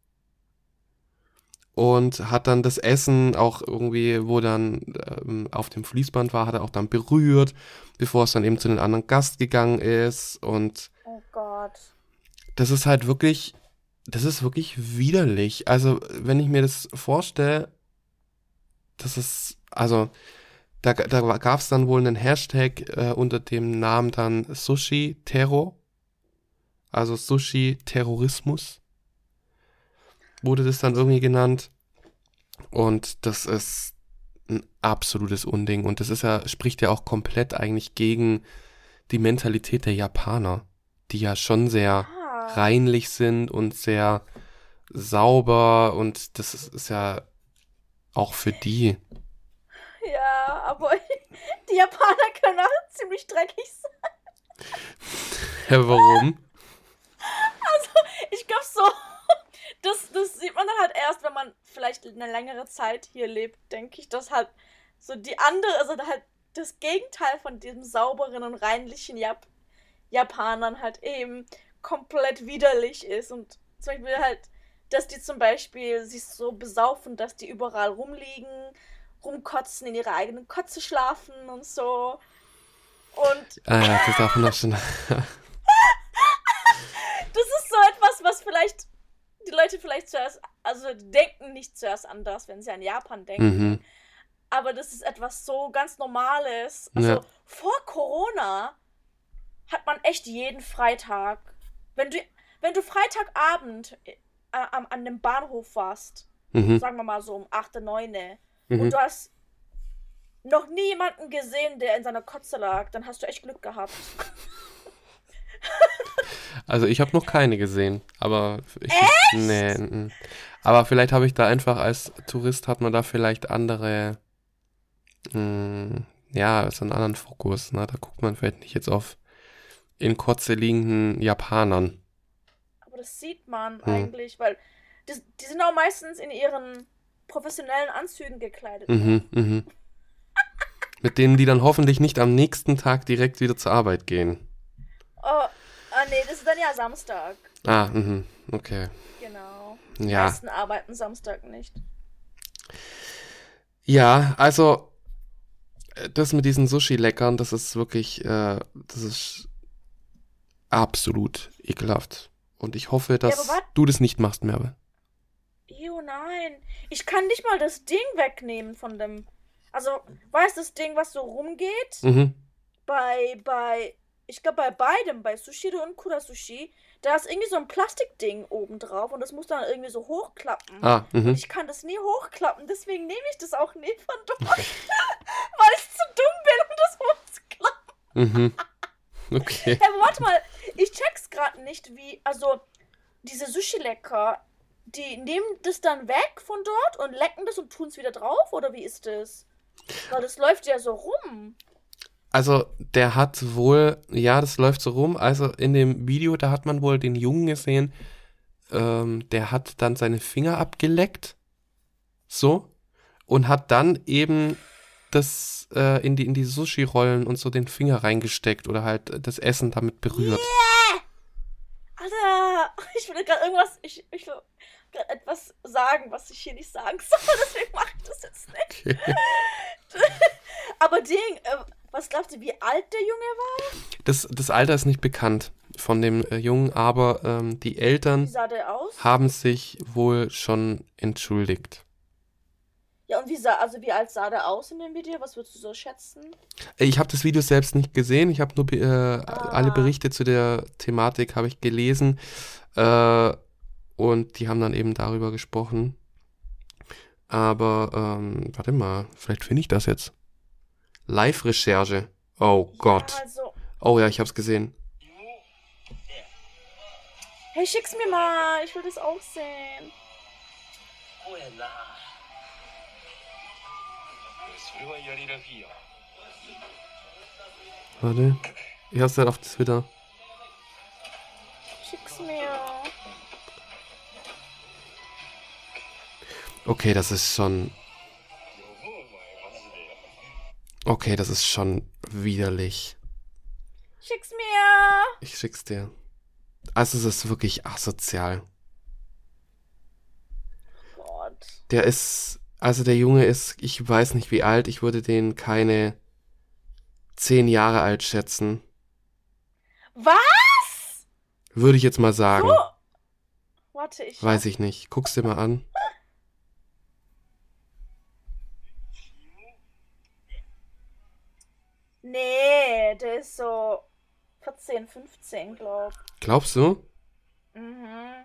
und hat dann das Essen auch irgendwie, wo dann auf dem Fließband war, hat er auch dann berührt, bevor es dann eben zu den anderen Gast gegangen ist. Und Oh Gott. das ist halt wirklich, das ist wirklich widerlich. Also, wenn ich mir das vorstelle, das ist, also, da gab es dann wohl einen Hashtag unter dem Namen dann Sushi-Terror, also Sushi-Terrorismus, wurde das dann irgendwie genannt. Und das ist ein absolutes Unding. Und das ist ja, spricht ja auch komplett eigentlich gegen die Mentalität der Japaner, die ja schon sehr Ah. reinlich sind und sehr sauber. Und das ist ja auch für die. Ja, aber die Japaner können auch ziemlich dreckig sein. Ja, warum? Ich glaube so, das sieht man dann halt erst, wenn man vielleicht eine längere Zeit hier lebt, denke ich, dass halt so die andere, also halt das Gegenteil von diesem sauberen und reinlichen Japanern halt eben komplett widerlich ist. Und zum Beispiel halt, dass die zum Beispiel sich so besaufen, dass die überall rumliegen, rumkotzen, in ihrer eigenen Kotze schlafen und so. Und Ah ja, das darf man doch schon. das ist so etwas, was vielleicht die Leute vielleicht zuerst, also die denken nicht zuerst an das, wenn sie an Japan denken. Mhm. Aber das ist etwas so ganz Normales. Also Ja. vor Corona hat man echt jeden Freitag, wenn du Freitagabend an dem Bahnhof warst, Mhm. sagen wir mal so um 8., 9. Mhm. und du hast noch nie jemanden gesehen, der in seiner Kotze lag, dann hast du echt Glück gehabt. Also ich habe noch keine gesehen, aber nee, aber vielleicht habe ich da einfach als Tourist hat man da vielleicht andere, ja, so einen anderen Fokus, ne? Da guckt man vielleicht nicht jetzt auf in Kotze liegenden Japanern. Aber das sieht man eigentlich, weil die sind auch meistens in ihren professionellen Anzügen gekleidet. Ne? Mhm. Mit denen die dann hoffentlich nicht am nächsten Tag direkt wieder zur Arbeit gehen. Nee, das ist dann ja Samstag. Okay. Genau. Die Ja. meisten arbeiten Samstag nicht. Ja, also das mit diesen Sushi-Leckern, das ist wirklich, das ist absolut ekelhaft. Und ich hoffe, aber dass wart- du das nicht machst, Merve. Nein. Ich kann nicht mal das Ding wegnehmen von dem. Also, weißt du, das Ding, was so rumgeht? Mhm. Ich glaube bei beidem, bei Sushiro und Kura Sushi, da ist irgendwie so ein Plastikding oben drauf und das muss dann irgendwie so hochklappen. Und ich kann das nie hochklappen, deswegen nehme ich das auch nie von dort, weil ich zu dumm bin, um das hochzuklappen. Okay. Hey, aber warte mal, ich check's gerade nicht, also diese Sushi-Lecker, die nehmen das dann weg von dort und lecken das und tun es wieder drauf, oder wie ist das? Weil das läuft ja so rum. Also, der hat wohl, ja, das läuft so rum. Also, in dem Video, da hat man wohl den Jungen gesehen, der hat dann seine Finger abgeleckt. So. Und hat dann eben das in die Sushi-Rollen und so den Finger reingesteckt oder halt das Essen damit berührt. Alter, ich will gerade irgendwas, ich will gerade etwas sagen, was ich hier nicht sagen soll, deswegen mache ich das jetzt nicht. Okay. Aber was glaubst du, wie alt der Junge war? Das Alter ist nicht bekannt von dem Jungen, aber die Wie Eltern sah der aus? haben sich wohl schon entschuldigt. Ja, und wie alt sah der aus in dem Video? Was würdest du so schätzen? Ich habe das Video selbst nicht gesehen. Ich habe nur alle Berichte zu der Thematik habe ich gelesen und die haben dann eben darüber gesprochen. Aber warte mal, vielleicht finde ich das jetzt. Live-Recherche Oh Ja, Gott. also. Oh ja, ich hab's gesehen. Hey, schick's mir mal. Ich will das auch sehen. Warte. Ich hab's halt auf Twitter. Schick's mir. Okay, das ist schon... Okay, das ist schon widerlich. Schick's mir. Ich schick's dir. Also es ist wirklich asozial. Gott. Der ist... Also der Junge ist... Ich weiß nicht wie alt. Ich würde den keine 10 Jahre alt schätzen. Was? Würde ich jetzt mal sagen. So. Warte, ich. Weiß ich nicht. Guck's dir mal an. Nee, der ist so 14, 15, glaub. Glaubst du? Mhm.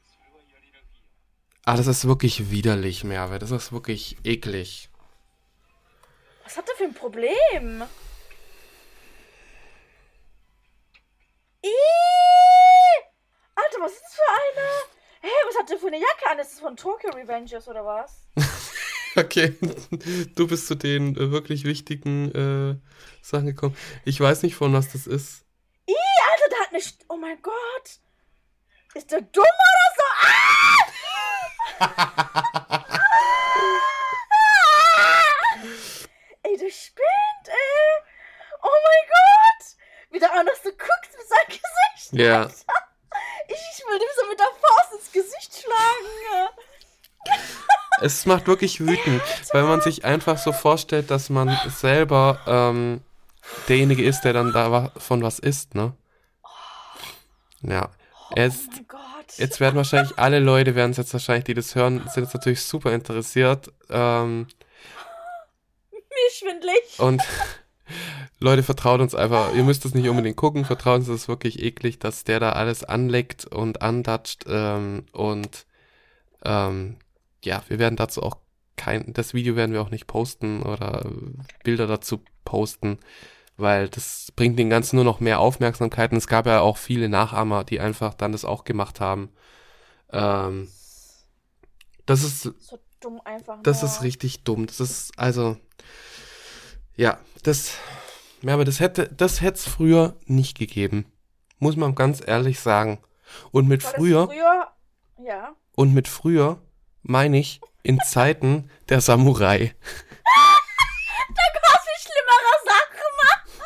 Ah, das ist wirklich widerlich, Merve. Das ist wirklich eklig. Was hat der für ein Problem? Alter, was ist das für eine? Hey, was hat der für eine Jacke an? Ist das von Tokyo Revengers oder was? Okay, du bist zu den wirklich wichtigen Sachen gekommen. Ich weiß nicht, von was das ist. Alter, der hat eine... Oh mein Gott. Ist der dumm oder so? Ey, der spinnt, ey. Oh mein Gott. Wie der auch noch so guckt mit seinem Gesicht. Ja. Alter. Ich will dem so mit der Faust ins Gesicht schlagen. Es macht wirklich wütend, weil man sich einfach so vorstellt, dass man selber derjenige ist, der dann davon was isst, ne? Ja. Oh mein Gott. Jetzt werden wahrscheinlich alle Leute, die das hören, sind jetzt natürlich super interessiert. Mir schwindelig. Und Leute, vertraut uns einfach. Ihr müsst es nicht unbedingt gucken. Vertraut uns, es ist wirklich eklig, dass der da alles anleckt und andatscht. Ja, wir werden dazu auch das Video werden wir auch nicht posten oder Bilder dazu posten, weil das bringt den Ganzen nur noch mehr Aufmerksamkeit. Und es gab ja auch viele Nachahmer, die einfach dann das auch gemacht haben. Das ist So dumm einfach. Das nur. ist richtig dumm. Das ist, also, ja, aber das hätte es früher nicht gegeben. Muss man ganz ehrlich sagen. Und mit Weil früher, ja. und mit früher meine ich in Zeiten der Samurai. Da gab's viel schlimmere Sachen.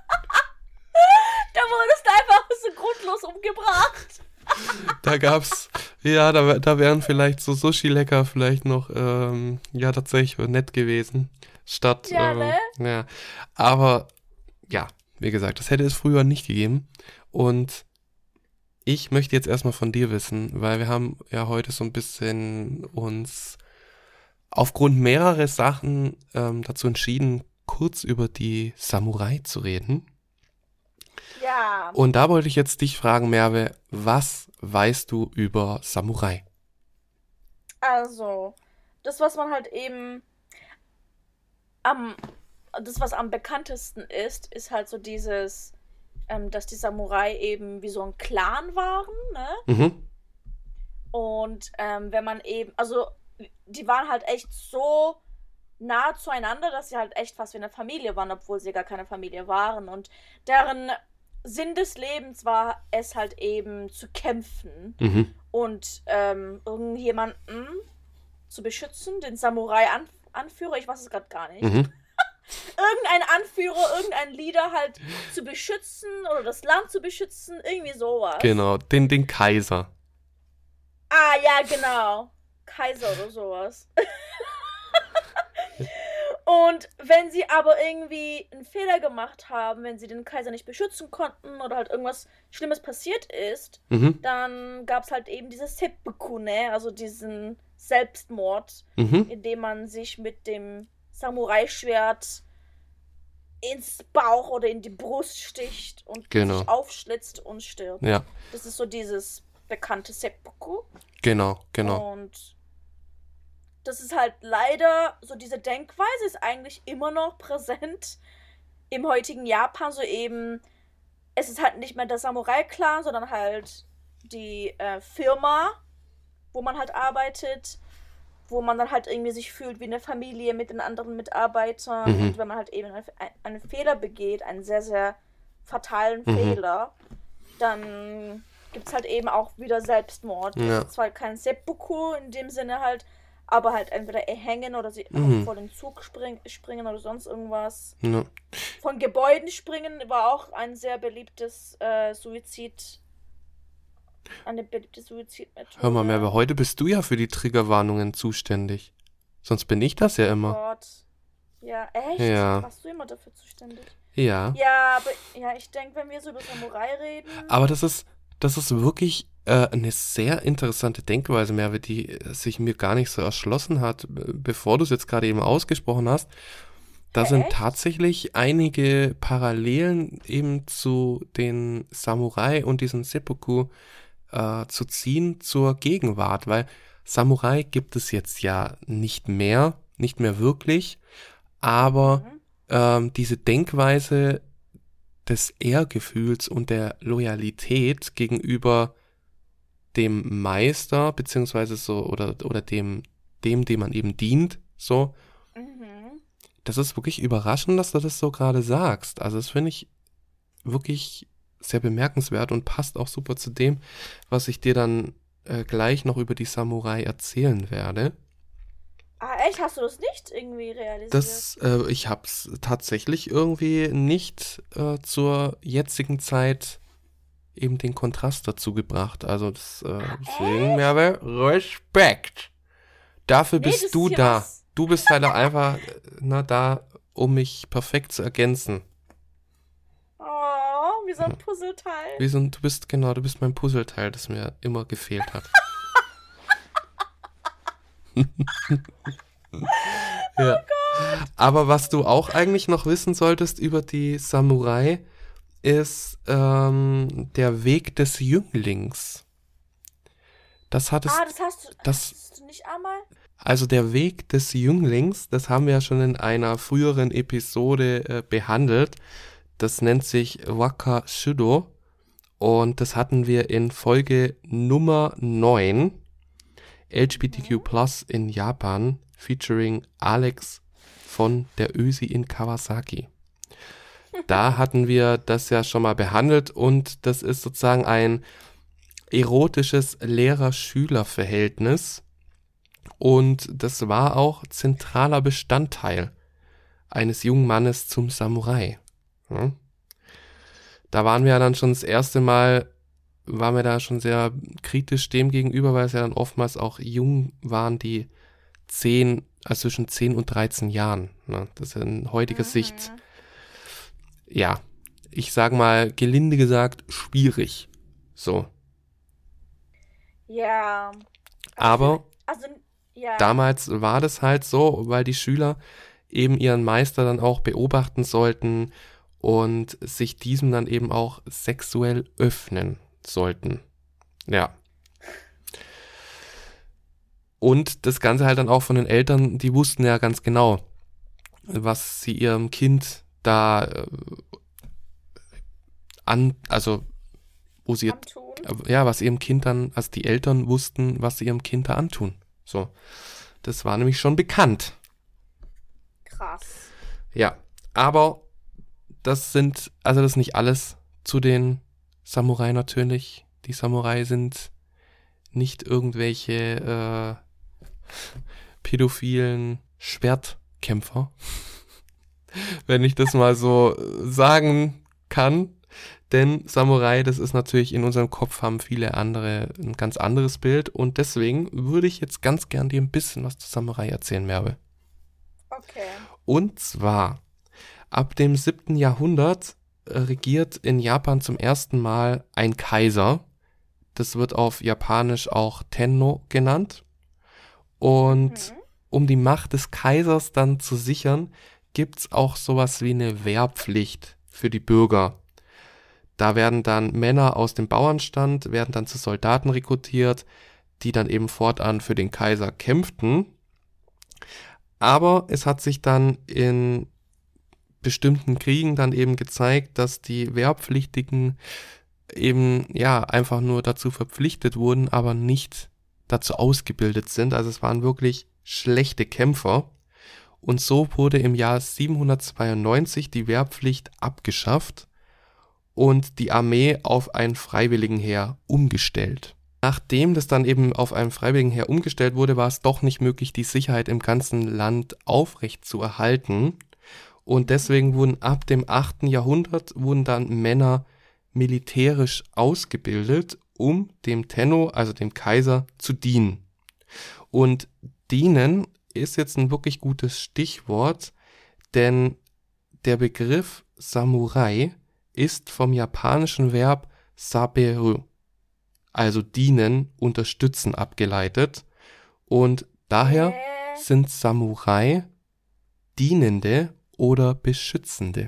Da wurdest du einfach so grundlos umgebracht. Da gab's, ja, da wären vielleicht so Sushi-Lecker vielleicht noch, ja, tatsächlich nett gewesen. Statt, Ja, ne? ja. Aber, ja, wie gesagt, das hätte es früher nicht gegeben. Und ich möchte jetzt erstmal von dir wissen, weil wir haben ja heute so ein bisschen uns aufgrund mehrerer Sachen dazu entschieden, kurz über die Samurai zu reden. Ja. Und da wollte ich jetzt dich fragen, Merve, was weißt du über Samurai? Also, das, was man halt eben das, was am bekanntesten ist halt so dieses, dass die Samurai eben wie so ein Clan waren, ne? Mhm. Und wenn man eben, also die waren halt echt so nah zueinander, dass sie halt echt fast wie eine Familie waren, obwohl sie gar keine Familie waren. Und deren Sinn des Lebens war es halt eben zu kämpfen Mhm. und irgendjemanden zu beschützen, den Samurai-Anführer, ich weiß es gerade gar nicht. Mhm. Irgendein Anführer, irgendein Leader halt zu beschützen oder das Land zu beschützen, irgendwie sowas. Genau, den Kaiser. Ah, ja, genau. Kaiser oder sowas. Und wenn sie aber irgendwie einen Fehler gemacht haben, wenn sie den Kaiser nicht beschützen konnten oder halt irgendwas Schlimmes passiert ist, Mhm. dann gab es halt eben dieses Seppuku, ne? Also diesen Selbstmord, Mhm. indem man sich mit dem Samurai-Schwert ins Bauch oder in die Brust sticht und Genau. sich aufschlitzt und stirbt. Ja, Das ist so dieses bekannte Seppuku. genau. Und das ist halt leider, so diese Denkweise ist eigentlich immer noch präsent im heutigen Japan so eben, es ist halt nicht mehr der Samurai-Clan, sondern halt die Firma, wo man halt arbeitet, wo man dann halt irgendwie sich fühlt wie eine Familie mit den anderen Mitarbeitern. Mhm. Und wenn man halt eben einen Fehler begeht, einen sehr, sehr fatalen Mhm. Fehler, dann gibt es halt eben auch wieder Selbstmord. Das Ja. ist zwar kein Seppuku in dem Sinne halt, aber halt entweder erhängen oder sie Mhm. vor den Zug springen oder sonst irgendwas. Ja. Von Gebäuden springen war auch ein sehr beliebtes eine beliebte Suizidmethode. Hör mal, Merve, heute bist du ja für die Triggerwarnungen zuständig. Sonst bin ich das ja Oh immer. Gott. Ja, echt? Ja. Warst du immer dafür zuständig? Ja. Ja, aber ja, ich denke, wenn wir so über Samurai reden. Aber das ist wirklich eine sehr interessante Denkweise, Merve, die sich mir gar nicht so erschlossen hat, bevor du es jetzt gerade eben ausgesprochen hast. Da sind Echt? tatsächlich einige Parallelen eben zu den Samurai und diesen Seppuku zu ziehen zur Gegenwart, weil Samurai gibt es jetzt ja nicht mehr wirklich, aber diese Denkweise des Ehrgefühls und der Loyalität gegenüber dem Meister, beziehungsweise so, oder dem man eben dient, so, Mhm. das ist wirklich überraschend, dass du das so gerade sagst. Also das finde ich wirklich sehr bemerkenswert und passt auch super zu dem, was ich dir dann gleich noch über die Samurai erzählen werde. Ah, echt? Hast du das nicht irgendwie realisiert? Ich habe es tatsächlich irgendwie nicht zur jetzigen Zeit eben den Kontrast dazu gebracht. Also deswegen, Merve, Respekt. Dafür Nee, das bist ist du hier da. was. Du bist halt einfach da, um mich perfekt zu ergänzen. Oh, wie so ein Puzzleteil. Du bist mein Puzzleteil, das mir immer gefehlt hat. Ja. Aber was du auch eigentlich noch wissen solltest über die Samurai, ist der Weg des Jünglings. Das hattest, Hast du nicht einmal? also der Weg des Jünglings, das haben wir ja schon in einer früheren Episode behandelt. Das nennt sich Waka Shudo und das hatten wir in Folge Nummer 9, LGBTQ+ in Japan, featuring Alex von der Ösi in Kawasaki. Da hatten wir das ja schon mal behandelt und das ist sozusagen ein erotisches Lehrer-Schüler-Verhältnis und das war auch zentraler Bestandteil eines jungen Mannes zum Samurai. Ja. Da waren wir ja dann schon das erste Mal, waren wir da schon sehr kritisch dem gegenüber, weil es ja dann oftmals auch jung waren, die zwischen 10 und 13 Jahren. Ne? Das ist in heutiger Sicht, ja, ich sag mal, gelinde gesagt, schwierig. So. Ja. Aber ja. damals war das halt so, weil die Schüler eben ihren Meister dann auch beobachten sollten und sich diesem dann eben auch sexuell öffnen sollten. Ja. Und das Ganze halt dann auch von den Eltern, die wussten ja ganz genau, was sie ihrem Kind da Antun. was ihrem Kind dann, also die Eltern wussten, was sie ihrem Kind da antun. So. Das war nämlich schon bekannt. Krass. Ja. Aber das ist nicht alles zu den Samurai natürlich. Die Samurai sind nicht irgendwelche pädophilen Schwertkämpfer, wenn ich das mal so sagen kann. Denn Samurai, das ist natürlich in unserem Kopf, haben viele andere ein ganz anderes Bild. Und deswegen würde ich jetzt ganz gern dir ein bisschen was zu Samurai erzählen, Merve. Okay. Und zwar, ab dem 7. Jahrhundert regiert in Japan zum ersten Mal ein Kaiser. Das wird auf Japanisch auch Tenno genannt. Und um die Macht des Kaisers dann zu sichern, gibt's auch sowas wie eine Wehrpflicht für die Bürger. Da werden dann Männer aus dem Bauernstand, werden dann zu Soldaten rekrutiert, die dann eben fortan für den Kaiser kämpften. Aber es hat sich dann in bestimmten Kriegen dann eben gezeigt, dass die Wehrpflichtigen eben ja einfach nur dazu verpflichtet wurden, aber nicht dazu ausgebildet sind. Also es waren wirklich schlechte Kämpfer. Und so wurde im Jahr 792 die Wehrpflicht abgeschafft und die Armee auf ein Freiwilligenheer umgestellt. Nachdem das dann eben auf ein Freiwilligenheer umgestellt wurde, war es doch nicht möglich, die Sicherheit im ganzen Land aufrecht zu erhalten. Und deswegen wurden ab dem 8. Jahrhundert wurden dann Männer militärisch ausgebildet, um dem Tenno, also dem Kaiser, zu dienen. Und dienen ist jetzt ein wirklich gutes Stichwort, denn der Begriff Samurai ist vom japanischen Verb saberu, also dienen, unterstützen abgeleitet. Und daher sind Samurai Dienende oder Beschützende.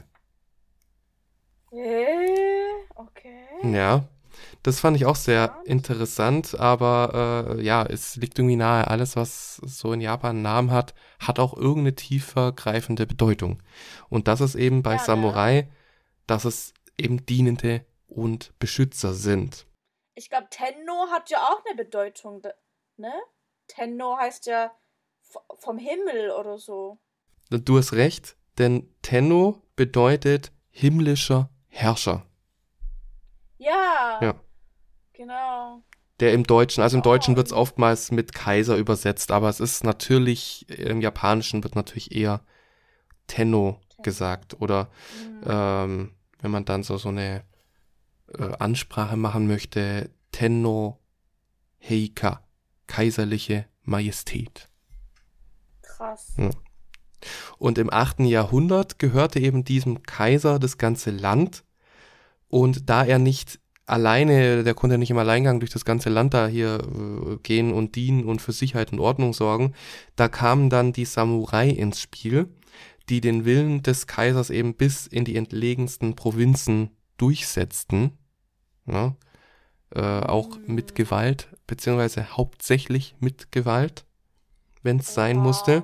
Okay. Ja, das fand ich auch sehr interessant, aber ja, es liegt irgendwie nahe, alles, was so in Japan einen Namen hat, hat auch irgendeine tiefer greifende Bedeutung. Und das ist eben bei Ja, ne? Samurai, dass es eben Dienende und Beschützer sind. Ich glaube, Tenno hat ja auch eine Bedeutung, ne? Tenno heißt ja vom Himmel oder so. Du hast recht, denn Tenno bedeutet himmlischer Herrscher. Ja, Ja. genau. Der im Deutschen, also im Deutschen wird es und- oftmals mit Kaiser übersetzt, aber es ist natürlich, im Japanischen wird natürlich eher Tenno gesagt. Oder wenn man dann so eine Ansprache machen möchte, Tenno Heika, kaiserliche Majestät. Krass. Ja. Und im 8. Jahrhundert gehörte eben diesem Kaiser das ganze Land. Und da er nicht alleine, der konnte nicht im Alleingang durch das ganze Land da hier gehen und dienen und für Sicherheit und Ordnung sorgen, da kamen dann die Samurai ins Spiel, die den Willen des Kaisers eben bis in die entlegensten Provinzen durchsetzten. Ja, auch mit Gewalt, beziehungsweise hauptsächlich mit Gewalt, wenn es sein musste.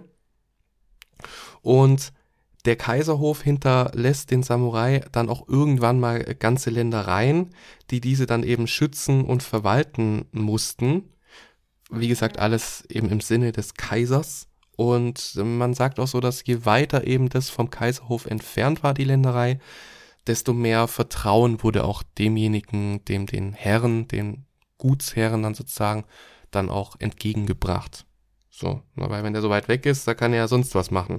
Und der Kaiserhof hinterlässt den Samurai dann auch irgendwann mal ganze Ländereien, die diese dann eben schützen und verwalten mussten. Wie gesagt, alles eben im Sinne des Kaisers. Und man sagt auch so, dass je weiter eben das vom Kaiserhof entfernt war, die Länderei, desto mehr Vertrauen wurde auch demjenigen, den Herren, den Gutsherren dann sozusagen, dann auch entgegengebracht. So, weil wenn der so weit weg ist, da kann er ja sonst was machen.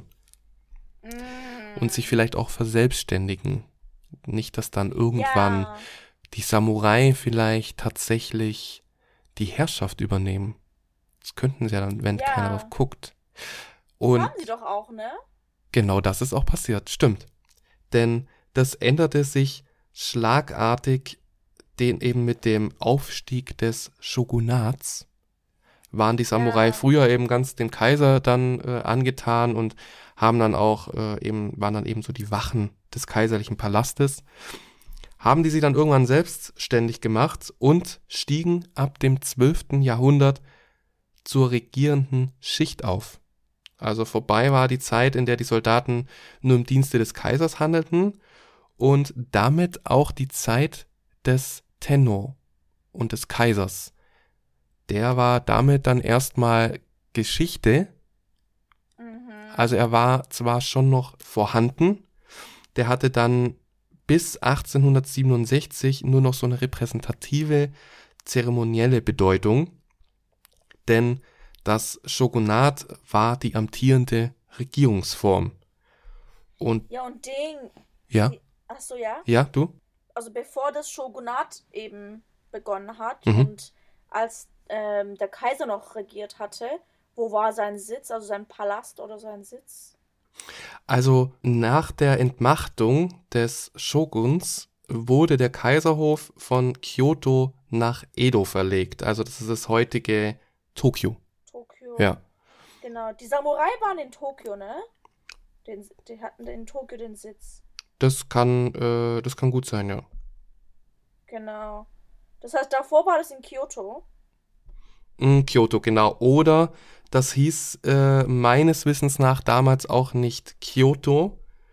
Und sich vielleicht auch verselbstständigen. Nicht, dass dann irgendwann die Samurai vielleicht tatsächlich die Herrschaft übernehmen. Das könnten sie ja dann, wenn keiner drauf guckt. Und haben sie doch auch, ne? genau das ist auch passiert, stimmt. Denn das änderte sich schlagartig, den eben mit dem Aufstieg des Shogunats waren die Samurai früher eben ganz dem Kaiser dann angetan und haben dann auch waren dann eben so die Wachen des kaiserlichen Palastes. Haben die sie dann irgendwann selbstständig gemacht und stiegen ab dem 12. Jahrhundert zur regierenden Schicht auf. Also vorbei war die Zeit, in der die Soldaten nur im Dienste des Kaisers handelten und damit auch die Zeit des Tenno und des Kaisers. Der war damit dann erstmal Geschichte. Also er war zwar schon noch vorhanden, der hatte dann bis 1867 nur noch so eine repräsentative, zeremonielle Bedeutung, denn das Shogunat war die amtierende Regierungsform. Und Ja, und Ding. ja, Achso, ja? ja, du? Also bevor das Shogunat eben begonnen hat und als der Kaiser noch regiert hatte, wo war sein Sitz, also sein Palast oder sein Sitz? Also nach der Entmachtung des Shoguns wurde der Kaiserhof von Kyoto nach Edo verlegt. Also das ist das heutige Tokio. Tokio. Ja. Genau. Die Samurai waren in Tokio, ne? Die hatten in Tokio den Sitz. Das kann gut sein, ja. Genau. Das heißt, davor war das in Kyoto. Kyoto, genau. Oder das hieß meines Wissens nach damals auch nicht Kyoto,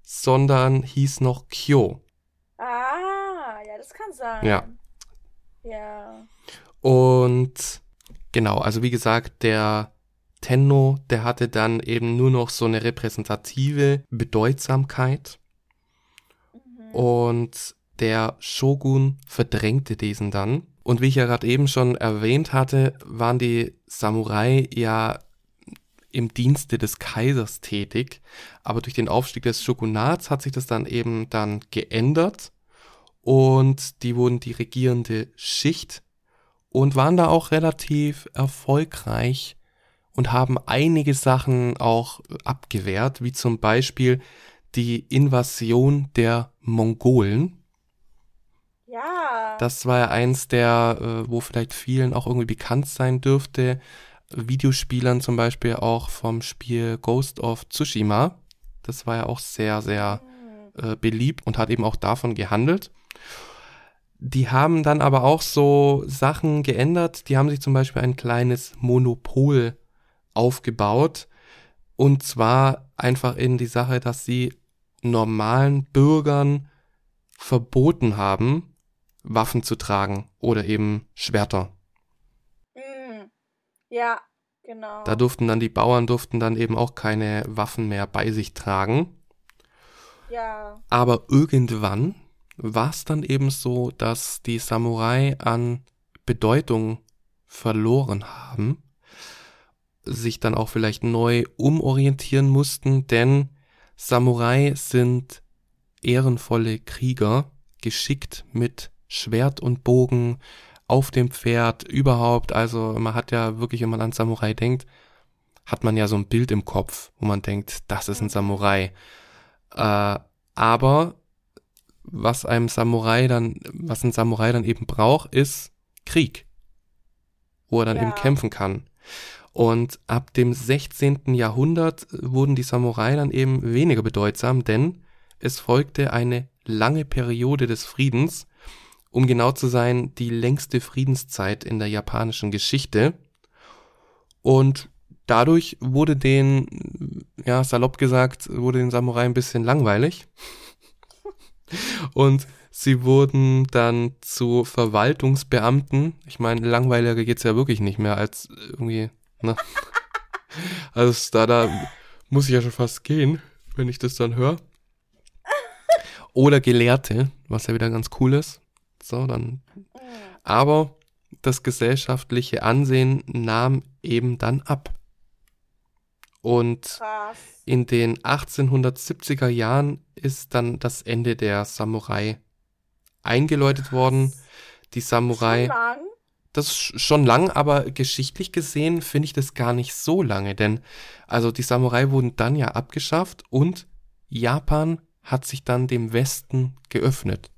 sondern hieß noch Kyo. Ja, das kann Ja. sein. Ja. Und genau, also wie gesagt, der Tenno, der hatte dann eben nur noch so eine repräsentative Bedeutsamkeit Mhm. und der Shogun verdrängte diesen dann. Und wie ich ja gerade eben schon erwähnt hatte, waren die Samurai ja im Dienste des Kaisers tätig, aber durch den Aufstieg des Shogunats hat sich das dann eben dann geändert und die wurden die regierende Schicht und waren da auch relativ erfolgreich und haben einige Sachen auch abgewehrt, wie zum Beispiel die Invasion der Mongolen. Ja. Das war ja eins der, wo vielleicht vielen auch irgendwie bekannt sein dürfte, Videospielern zum Beispiel auch vom Spiel Ghost of Tsushima. Das war ja auch sehr, sehr Mhm. beliebt und hat eben auch davon gehandelt. Die haben dann aber auch so Sachen geändert. Die haben sich zum Beispiel ein kleines Monopol aufgebaut. Und zwar einfach in die Sache, dass sie normalen Bürgern verboten haben, Waffen zu tragen oder eben Schwerter. Mhm. Ja, Da genau. durften dann die Bauern durften dann eben auch keine Waffen mehr bei sich tragen. Ja. Aber irgendwann war es dann eben so, dass die Samurai an Bedeutung verloren haben, sich dann auch vielleicht neu umorientieren mussten, denn Samurai sind ehrenvolle Krieger, geschickt mit Schwert und Bogen auf dem Pferd überhaupt. Also man hat ja wirklich, wenn man an Samurai denkt, hat man ja so ein Bild im Kopf, wo man denkt, das ist ein Mhm. Samurai. Aber was ein Samurai dann eben braucht, ist Krieg, wo er dann eben Ja. kämpfen kann. Und ab dem 16. Jahrhundert wurden die Samurai dann eben weniger bedeutsam, denn es folgte eine lange Periode des Friedens, um genau zu sein, die längste Friedenszeit in der japanischen Geschichte. Und dadurch wurde den, ja, salopp gesagt, wurde den Samurai ein bisschen langweilig. Und sie wurden dann zu Verwaltungsbeamten. Ich meine, langweiliger geht's ja wirklich nicht mehr als irgendwie, ne? Also da muss ich ja schon fast gehen, wenn ich das dann höre. Oder Gelehrte, was ja wieder ganz cool ist. So, dann. Mhm. Aber das gesellschaftliche Ansehen nahm eben dann ab. Und Krass. in den 1870er Jahren ist dann das Ende der Samurai eingeläutet worden. Krass. Die Schon Samurai, lang? das ist schon lang, aber geschichtlich gesehen finde ich das gar nicht so lange, denn also die Samurai wurden dann ja abgeschafft und Japan hat sich dann dem Westen geöffnet.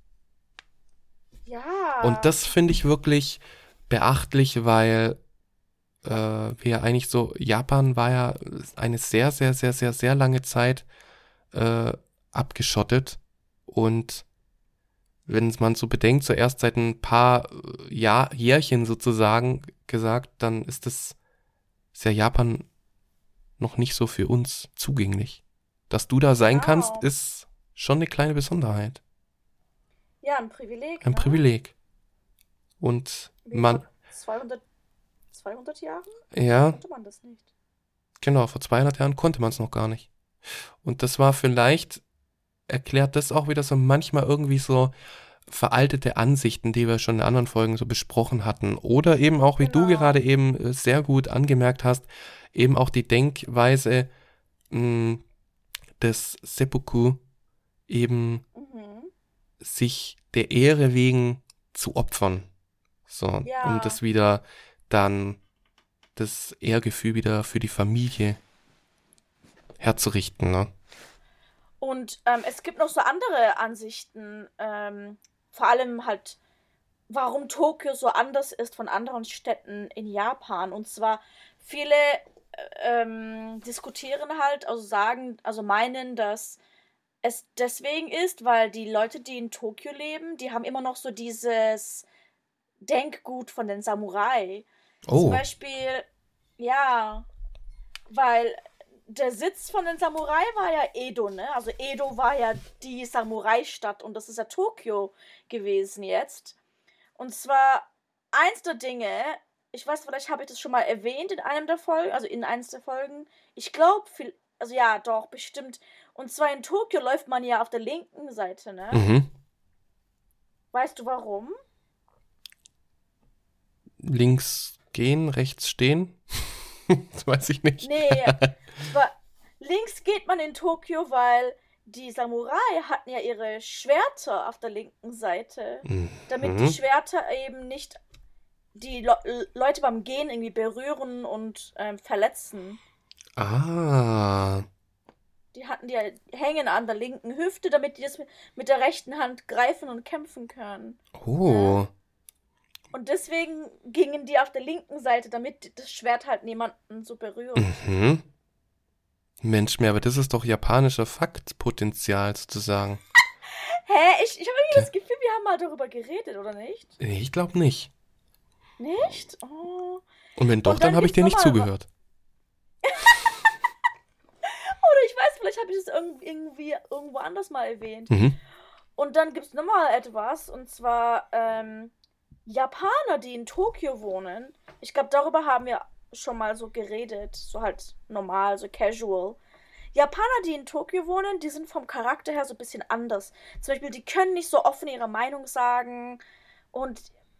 Und Ja. das finde ich wirklich beachtlich, weil wir eigentlich so, Japan war ja eine sehr, sehr, sehr, sehr, sehr lange Zeit äh, abgeschottet und wenn man so bedenkt, zuerst seit ein paar Jährchen sozusagen gesagt, dann ist ja Japan noch nicht so für uns zugänglich. Dass du da sein kannst, Genau. ist schon eine kleine Besonderheit. Ja, ein Privileg, Ein ne? Privileg. Und Wie man, vor 200 Jahren ja, konnte man das nicht. genau, vor 200 Jahren konnte man es noch gar nicht. Und das war vielleicht, erklärt das auch wieder so manchmal irgendwie so veraltete Ansichten, die wir schon in anderen Folgen so besprochen hatten. Oder eben auch, wie du gerade Genau. eben sehr gut angemerkt hast, eben auch die Denkweise mh, des Seppuku, eben Mhm. sich der Ehre wegen zu opfern. So, um Ja. das wieder dann, das Ehrgefühl wieder für die Familie herzurichten, ne? Und es gibt noch so andere Ansichten, vor allem halt, warum Tokio so anders ist von anderen Städten in Japan. Und zwar viele diskutieren halt, also sagen, also meinen, dass es deswegen ist, weil die Leute, die in Tokio leben, die haben immer noch so dieses Denkgut von den Samurai. Zum Oh, Beispiel, ja, weil der Sitz von den Samurai war ja Edo, ne? Also Edo war ja die Samurai-Stadt und das ist ja Tokio gewesen jetzt. Und zwar eins der Dinge, ich weiß, vielleicht habe ich das schon mal erwähnt in einem der Folgen, also in eins der Folgen. Ich glaube, also ja, doch, bestimmt. Und zwar in Tokio läuft man ja auf der linken Seite, ne? Mhm. Weißt du warum? Links gehen, rechts stehen? Das weiß ich nicht. Nee, links geht man in Tokio, weil die Samurai hatten ja ihre Schwerter auf der linken Seite, damit die Mhm. Schwerter eben nicht die Leute beim Gehen irgendwie berühren und verletzen. Ah. Die hatten die hängen an der linken Hüfte, damit die das mit der rechten Hand greifen und kämpfen können. Ne? Oh. Und deswegen gingen die auf der linken Seite, damit das Schwert halt niemanden so berührt. Mhm. Mensch, aber das ist doch japanischer Faktpotenzial sozusagen. Hä? Ich habe irgendwie Okay. das Gefühl, wir haben mal darüber geredet, oder nicht? Nee, ich glaube nicht. Nicht? Oh. Und wenn doch, Und dann dann habe ich gibt's dir nicht nochmal. zugehört. Oder ich weiß, vielleicht habe ich das irgendwie irgendwo anders mal erwähnt. Mhm. Und dann gibt es nochmal etwas, und zwar Japaner, die in Tokio wohnen. Ich glaube, darüber haben wir schon mal so geredet. So halt normal, so casual. Japaner, die in Tokio wohnen, die sind vom Charakter her so ein bisschen anders. Zum Beispiel, die können nicht so offen ihre Meinung sagen. Und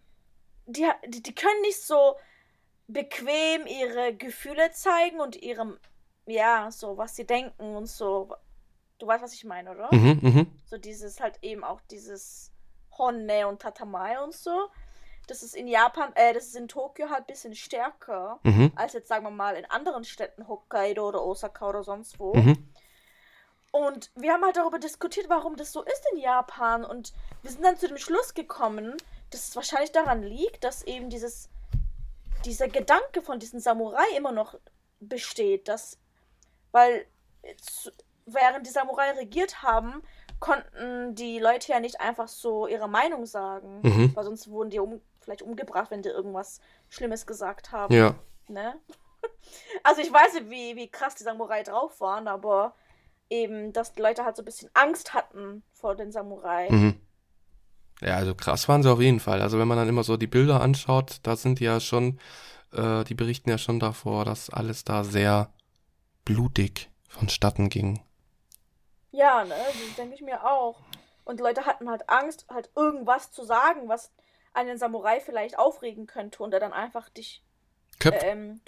die können nicht so bequem ihre Gefühle zeigen und ja, so, was sie denken und so. Du weißt, was ich meine, oder? Mhm, mhm, So dieses halt eben auch dieses Honne und Tatamae und so. Das ist in Japan, das ist in Tokio halt ein bisschen stärker mhm, als jetzt, sagen wir mal, in anderen Städten, Hokkaido oder Osaka oder sonst wo. mhm, Und wir haben halt darüber diskutiert, warum das so ist in Japan. Und wir sind dann zu dem Schluss gekommen, dass es wahrscheinlich daran liegt, dass eben dieser Gedanke von diesen Samurai immer noch besteht, weil während die Samurai regiert haben, konnten die Leute ja nicht einfach so ihre Meinung sagen, mhm. weil sonst wurden die vielleicht umgebracht, wenn die irgendwas Schlimmes gesagt haben, Ja. ne? Also ich weiß nicht, wie krass die Samurai drauf waren, aber eben, dass die Leute halt so ein bisschen Angst hatten vor den Samurai. Mhm. Ja, also krass waren sie auf jeden Fall. Also wenn man dann immer so die Bilder anschaut, da sind die ja schon, die berichten ja schon davor, dass alles da sehr blutig vonstatten ging. Ja, ne, das denke ich mir auch. Und die Leute hatten halt Angst, halt irgendwas zu sagen, was einen Samurai vielleicht aufregen könnte und er dann einfach dich Köpf,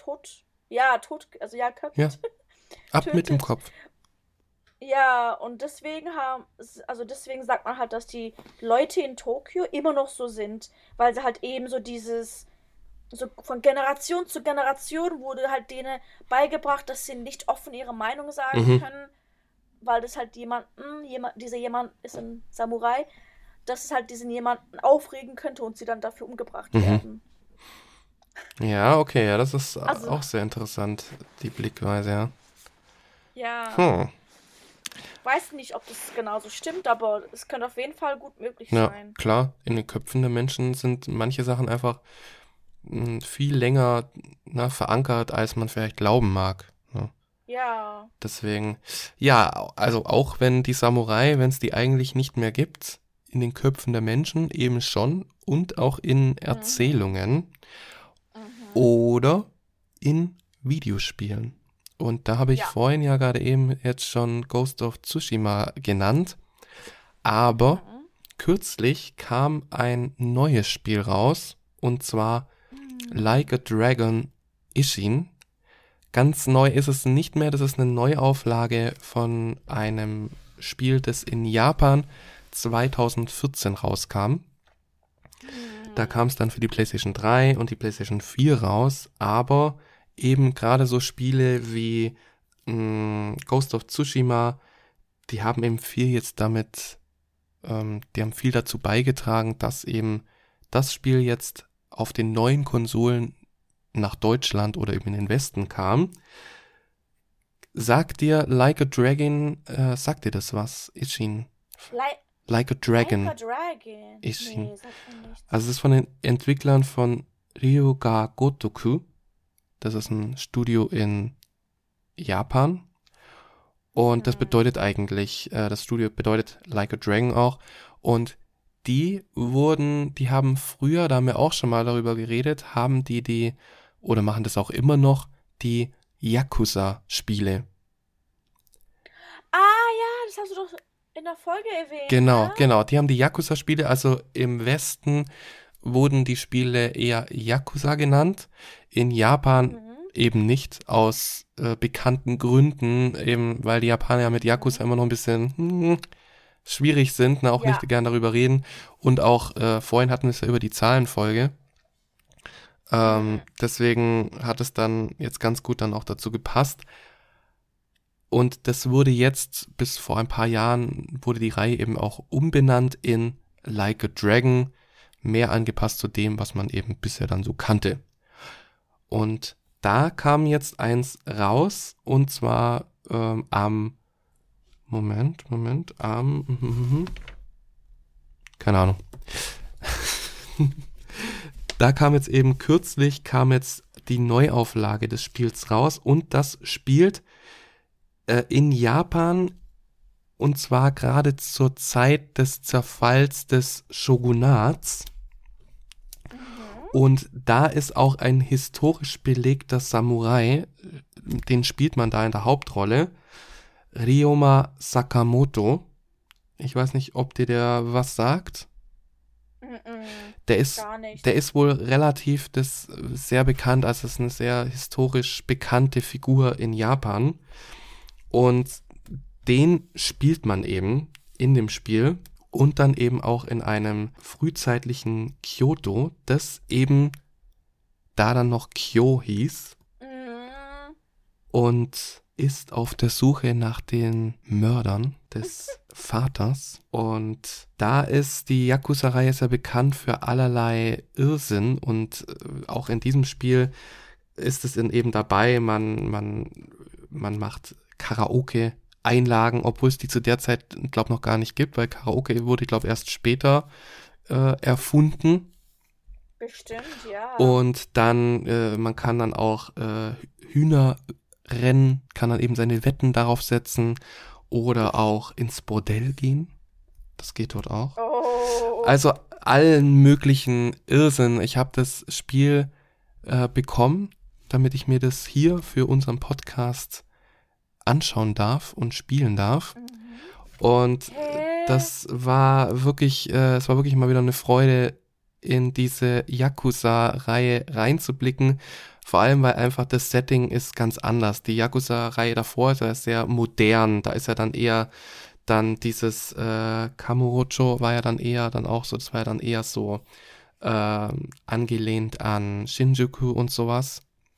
also ja, köpft, ja, ab mit dem tötet. Kopf. Ja, und deswegen sagt man halt, dass die Leute in Tokio immer noch so sind, weil sie halt eben so von Generation zu Generation wurde halt denen beigebracht, dass sie nicht offen ihre Meinung sagen Mhm, können, weil das halt dieser jemand ist ein Samurai, dass es halt diesen jemanden aufregen könnte und sie dann dafür umgebracht mhm. werden. Ja, okay, ja, das ist Also, auch sehr interessant, die Blickweise, ja. ja, Hm, weiß nicht, ob das genauso stimmt, aber es könnte auf jeden Fall gut möglich ja, sein. klar, in den Köpfen der Menschen sind manche Sachen einfach viel länger verankert, als man vielleicht glauben mag. Ne? Ja. Deswegen, ja, also auch wenn die Samurai, wenn es die eigentlich nicht mehr gibt, in den Köpfen der Menschen eben schon und auch in Mhm. Erzählungen Mhm. oder in Videospielen. Und da habe ich Ja. vorhin ja gerade eben jetzt schon Ghost of Tsushima genannt, aber Mhm. kürzlich kam ein neues Spiel raus und zwar Mhm. Like a Dragon Ishin. Ganz neu ist es nicht mehr, das ist eine Neuauflage von einem Spiel, das in Japan 2014 rauskam. Da kam Mhm. es dann für die PlayStation 3 und die PlayStation 4 raus, aber eben gerade so Spiele wie Ghost of Tsushima, die haben eben viel jetzt damit, die haben viel dazu beigetragen, dass eben das Spiel jetzt auf den neuen Konsolen nach Deutschland oder eben in den Westen kam. Sagt dir Like a Dragon, sagt dir das was, Ishin? Like, Like a like a Dragon, Dragon. Ishin. Nee, sagt mir Also nichts. es ist von den Entwicklern von Ryuga Gotoku. Das ist ein Studio in Japan. Und das Mhm. bedeutet eigentlich, das Studio bedeutet Like a Dragon auch. Und die haben früher, da haben wir auch schon mal darüber geredet, haben oder machen das auch immer noch, die Yakuza-Spiele. Ah ja, das hast du doch in der Folge erwähnt, Genau, ne? genau. Die haben die Yakuza-Spiele, also im Westen wurden die Spiele eher Yakuza genannt, in Japan Mhm. eben nicht, aus bekannten Gründen, eben weil die Japaner ja mit Yakuza Mhm. immer noch ein bisschen schwierig sind, ne, auch nicht Ja. gern darüber reden. Und auch vorhin hatten wir es ja über die Zahlenfolge. Mhm. Deswegen hat es dann jetzt ganz gut dann auch dazu gepasst. Und das wurde jetzt, bis vor ein paar Jahren, wurde die Reihe eben auch umbenannt in Like a Dragon, mehr angepasst zu dem, was man eben bisher dann so kannte. Und da kam jetzt eins raus, und zwar keine Ahnung. Da kam jetzt eben die Neuauflage des Spiels raus, und das spielt in Japan, und zwar gerade zur Zeit des Zerfalls des Shogunats. Mhm. Und da ist auch ein historisch belegter Samurai, den spielt man da in der Hauptrolle, Ryoma Sakamoto. Ich weiß nicht, ob dir der was sagt. Mhm. Der ist, Gar nicht. der ist wohl relativ sehr bekannt, also ist eine sehr historisch bekannte Figur in Japan. Und den spielt man eben in dem Spiel und dann eben auch in einem frühzeitlichen Kyoto, das eben da dann noch Kyo hieß, Mhm. und ist auf der Suche nach den Mördern des Vaters. Und da ist die Yakuza-Reihe sehr bekannt für allerlei Irrsinn, und auch in diesem Spiel ist es eben dabei, man macht Karaoke-Einlagen, obwohl es die zu der Zeit, glaube ich, noch gar nicht gibt, weil Karaoke wurde, glaube ich, erst später erfunden. Bestimmt, ja. Und dann, man kann dann auch Hühnerrennen, kann dann eben seine Wetten darauf setzen oder auch ins Bordell gehen. Das geht dort auch. Oh. Also allen möglichen Irrsinn. Ich habe das Spiel bekommen, damit ich mir das hier für unseren Podcast anschauen darf und spielen darf. Mhm. Und Hä? es war wirklich mal wieder eine Freude, in diese Yakuza-Reihe reinzublicken. Vor allem, weil einfach das Setting ist ganz anders. Die Yakuza-Reihe davor ist ja sehr modern. Da ist ja dann eher dieses Kamurocho war ja dann eher dann auch so, das war ja dann eher so angelehnt an Shinjuku und sowas.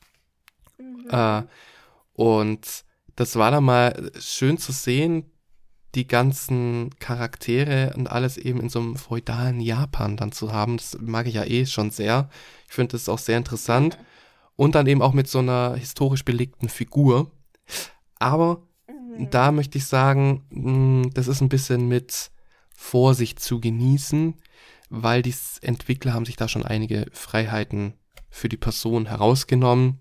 Äh, Mhm. und das war dann mal schön zu sehen, die ganzen Charaktere und alles eben in so einem feudalen Japan dann zu haben. Das mag ich ja eh schon sehr. Ich finde das auch sehr interessant. Und dann eben auch mit so einer historisch belegten Figur. Aber Mhm. da möchte ich sagen, das ist ein bisschen mit Vorsicht zu genießen, weil die Entwickler haben sich da schon einige Freiheiten für die Person herausgenommen.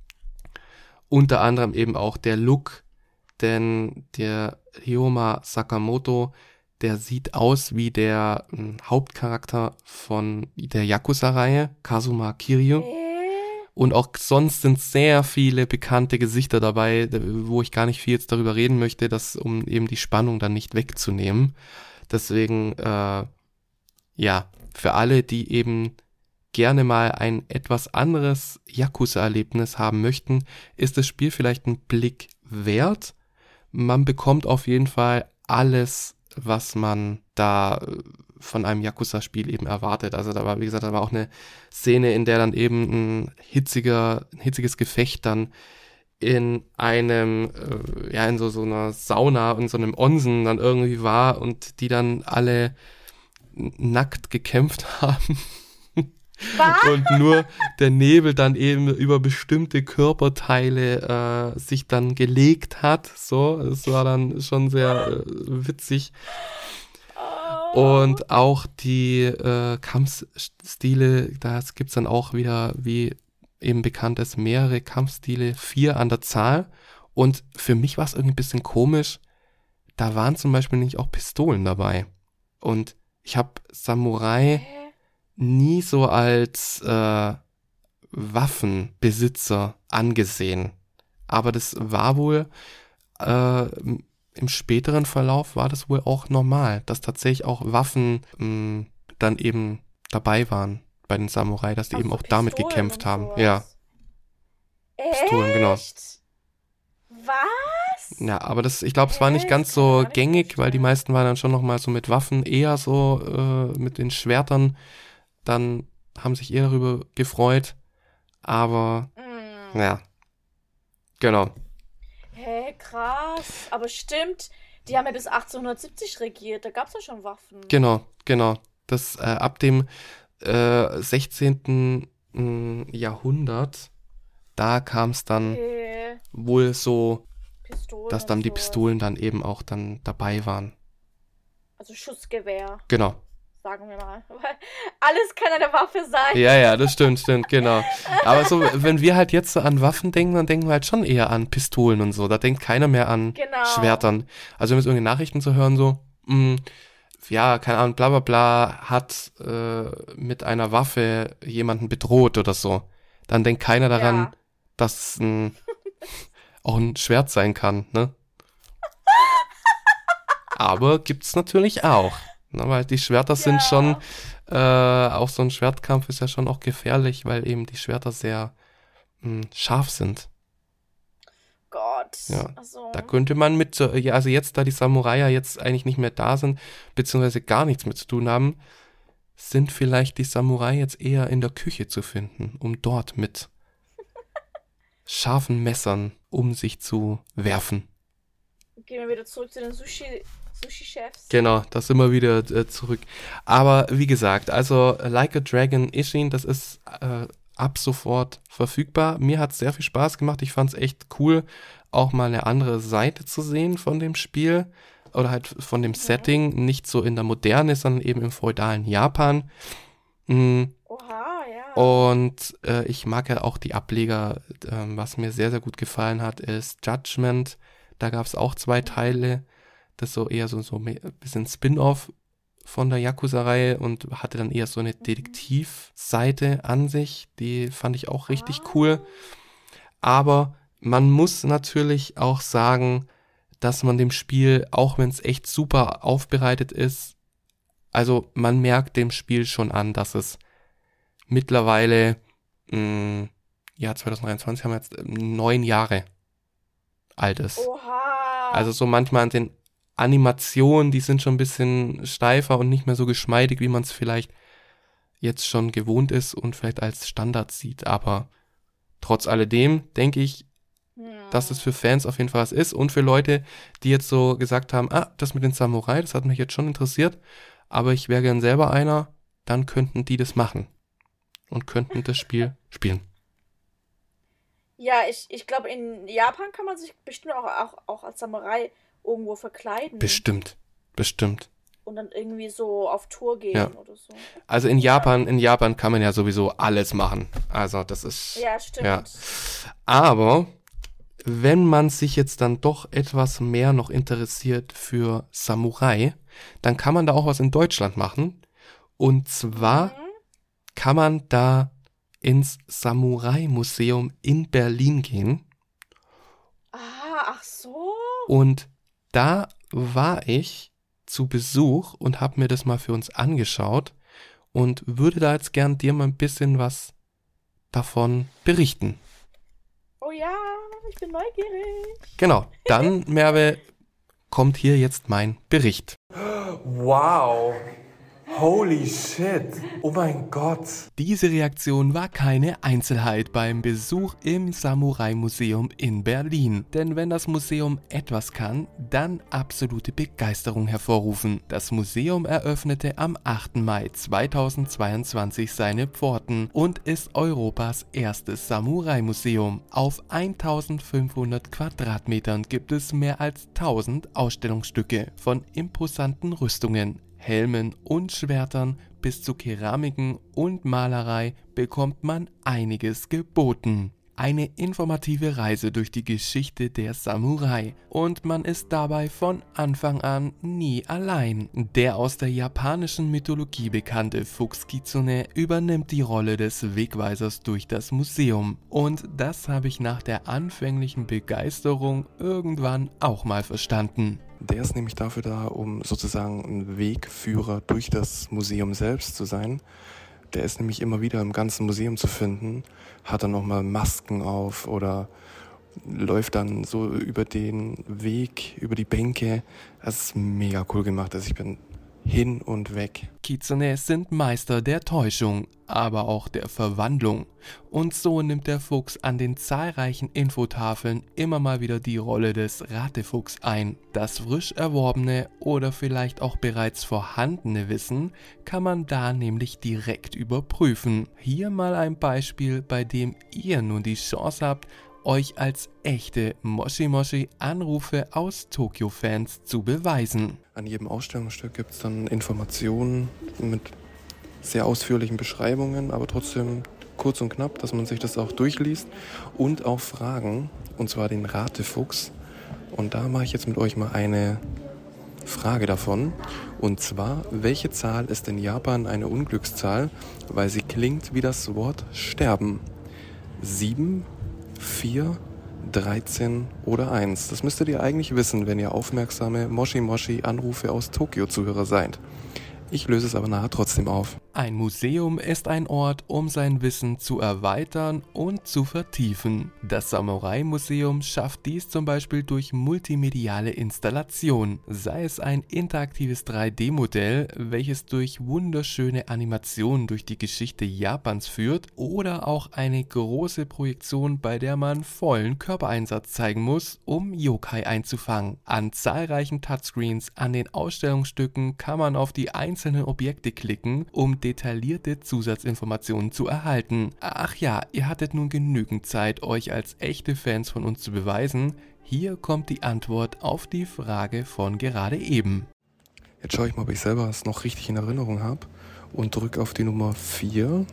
Unter anderem eben auch der Look, denn der Ryoma Sakamoto, der sieht aus wie der Hauptcharakter von der Yakuza-Reihe, Kazuma Kiryu. Und auch sonst sind sehr viele bekannte Gesichter dabei, wo ich gar nicht viel jetzt darüber reden möchte, um eben die Spannung dann nicht wegzunehmen. Deswegen, ja, für alle, die eben gerne mal ein etwas anderes Yakuza-Erlebnis haben möchten, ist das Spiel vielleicht ein Blick wert. Man bekommt auf jeden Fall alles, was man da von einem Yakuza-Spiel eben erwartet. Also da war, wie gesagt, da war auch eine Szene, in der dann eben ein hitziges Gefecht dann in in so einer Sauna, in so einem Onsen dann irgendwie war, und die dann alle nackt gekämpft haben. Was? Und nur der Nebel dann eben über bestimmte Körperteile sich dann gelegt hat. So, es war dann schon sehr witzig. Oh. Und auch die Kampfstile, da gibt es dann auch wieder, wie eben bekannt ist, mehrere Kampfstile, 4 an der Zahl. Und für mich war es irgendwie ein bisschen komisch, da waren zum Beispiel nicht auch Pistolen dabei. Und ich habe Samurai nie so als Waffenbesitzer angesehen. Aber das war wohl, im späteren Verlauf war das wohl auch normal, dass tatsächlich auch Waffen dann eben dabei waren bei den Samurai, dass die eben Also auch damit Pistolen gekämpft und haben. Ja, sowas. Pistolen, genau. Echt? Was? Ja, aber ich glaube, es war nicht Das ganz kann ich mir so gar nicht gängig, weil die vorstellen. meisten waren dann schon nochmal so mit Waffen, eher so mit den Schwertern. Dann haben sich eher darüber gefreut. Aber, ja, genau. Krass. Aber stimmt, die haben ja bis 1870 regiert. Da gab es ja schon Waffen. Genau. Das ab dem 16. Jahrhundert, da kam es dann wohl so, Pistolen dass und dann die sowas. Pistolen dann eben auch dann dabei waren. Also Schussgewehr, Genau. sagen wir mal. Weil alles kann eine Waffe sein. Ja, das stimmt, genau. Aber so, wenn wir halt jetzt so an Waffen denken, dann denken wir halt schon eher an Pistolen und so. Da denkt keiner mehr an Genau. Schwertern. Also wenn wir so irgendwelche Nachrichten zu hören, so, ja, keine Ahnung, bla bla bla, hat mit einer Waffe jemanden bedroht oder so. Dann denkt keiner daran, Ja. dass es auch ein Schwert sein kann, ne? Aber gibt's natürlich auch. Ne? Weil die Schwerter sind schon, auch so ein Schwertkampf ist ja schon auch gefährlich, weil eben die Schwerter sehr scharf sind. Gott. Ja. Also, Da könnte man also jetzt, da die Samurai ja jetzt eigentlich nicht mehr da sind, beziehungsweise gar nichts mit zu tun haben, sind vielleicht die Samurai jetzt eher in der Küche zu finden, um dort mit scharfen Messern um sich zu werfen. gehen wir wieder zurück zu den Sushi-Chefs. Genau, das immer wieder zurück. Aber wie gesagt, also Like a Dragon Ishin, das ist ab sofort verfügbar. Mir hat es sehr viel Spaß gemacht. Ich fand es echt cool, auch mal eine andere Seite zu sehen von dem Spiel oder halt von dem Setting. Nicht so in der Moderne, sondern eben im feudalen Japan. Oha, ja. Und ich mag ja auch die Ableger. Was mir sehr, sehr gut gefallen hat, ist Judgment. Da gab es auch 2 Teile. Das ist so eher so ein bisschen Spin-off von der Yakuza-Reihe und hatte dann eher so eine Detektivseite an sich. Die fand ich auch richtig cool. Aber man muss natürlich auch sagen, dass man dem Spiel, auch wenn es echt super aufbereitet ist, also man merkt dem Spiel schon an, dass es mittlerweile, 2023 haben wir jetzt 9 Jahre alt ist. Oha. Also so manchmal an den Animationen, die sind schon ein bisschen steifer und nicht mehr so geschmeidig, wie man es vielleicht jetzt schon gewohnt ist und vielleicht als Standard sieht. Aber trotz alledem denke ich, dass es für Fans auf jeden Fall was ist und für Leute, die jetzt so gesagt haben, das mit den Samurai, das hat mich jetzt schon interessiert, aber ich wäre gern selber einer, dann könnten die das machen und könnten das Spiel spielen. Ja, ich glaube, in Japan kann man sich bestimmt auch als Samurai irgendwo verkleiden. Bestimmt. Und dann irgendwie so auf Tour gehen Ja. oder so. Also in Japan kann man ja sowieso alles machen. Also das ist. Ja, stimmt. Ja. Aber wenn man sich jetzt dann doch etwas mehr noch interessiert für Samurai, dann kann man da auch was in Deutschland machen. Und zwar kann man da ins Samurai-Museum in Berlin gehen. Ach so. Und da war ich zu Besuch und habe mir das mal für uns angeschaut und würde da jetzt gern dir mal ein bisschen was davon berichten. Oh ja, ich bin neugierig. Genau, dann, Merve, kommt hier jetzt mein Bericht. Wow. Holy shit. Oh mein Gott. Diese Reaktion war keine Einzelheit beim Besuch im Samurai-Museum in Berlin. Denn wenn das Museum etwas kann, dann absolute Begeisterung hervorrufen. Das Museum eröffnete am 8. Mai 2022 seine Pforten und ist Europas erstes Samurai-Museum. Auf 1500 Quadratmetern gibt es mehr als 1000 Ausstellungsstücke von imposanten Rüstungen, Helmen und Schwertern bis zu Keramiken und Malerei bekommt man einiges geboten. Eine informative Reise durch die Geschichte der Samurai. Und man ist dabei von Anfang an nie allein. Der aus der japanischen Mythologie bekannte Fuchs Kitsune übernimmt die Rolle des Wegweisers durch das Museum. Und das habe ich nach der anfänglichen Begeisterung irgendwann auch mal verstanden. Der ist nämlich dafür da, um sozusagen ein Wegführer durch das Museum selbst zu sein. Der ist nämlich immer wieder im ganzen Museum zu finden, hat dann nochmal Masken auf oder läuft dann so über den Weg, über die Bänke. Das ist mega cool gemacht, also ich bin hin und weg. Kitsune sind Meister der Täuschung, aber auch der Verwandlung. Und so nimmt der Fuchs an den zahlreichen Infotafeln immer mal wieder die Rolle des Ratefuchs ein. Das frisch erworbene oder vielleicht auch bereits vorhandene Wissen kann man da nämlich direkt überprüfen. Hier mal ein Beispiel, bei dem ihr nun die Chance habt, euch als echte Moshi-Moshi-Anrufe aus Tokio-Fans zu beweisen. An jedem Ausstellungsstück gibt es dann Informationen mit sehr ausführlichen Beschreibungen, aber trotzdem kurz und knapp, dass man sich das auch durchliest und auch Fragen, und zwar den Ratefuchs. Und da mache ich jetzt mit euch mal eine Frage davon. Und zwar, welche Zahl ist in Japan eine Unglückszahl, weil sie klingt wie das Wort sterben? 7, 4, 13 oder 1. Das müsstet ihr eigentlich wissen, wenn ihr aufmerksame Moshi-Moshi-Anrufe aus Tokio-Zuhörer seid. Ich löse es aber nachher trotzdem auf. Ein Museum ist ein Ort, um sein Wissen zu erweitern und zu vertiefen. Das Samurai-Museum schafft dies zum Beispiel durch multimediale Installation, sei es ein interaktives 3D-Modell, welches durch wunderschöne Animationen durch die Geschichte Japans führt, oder auch eine große Projektion, bei der man vollen Körpereinsatz zeigen muss, um Yokai einzufangen. An zahlreichen Touchscreens an den Ausstellungsstücken kann man auf die einzelnen Objekte klicken, um detaillierte Zusatzinformationen zu erhalten. Ach ja, ihr hattet nun genügend Zeit, euch als echte Fans von uns zu beweisen. Hier kommt die Antwort auf die Frage von gerade eben. Jetzt schaue ich mal, ob ich selber es noch richtig in Erinnerung habe und drücke auf die Nummer 4.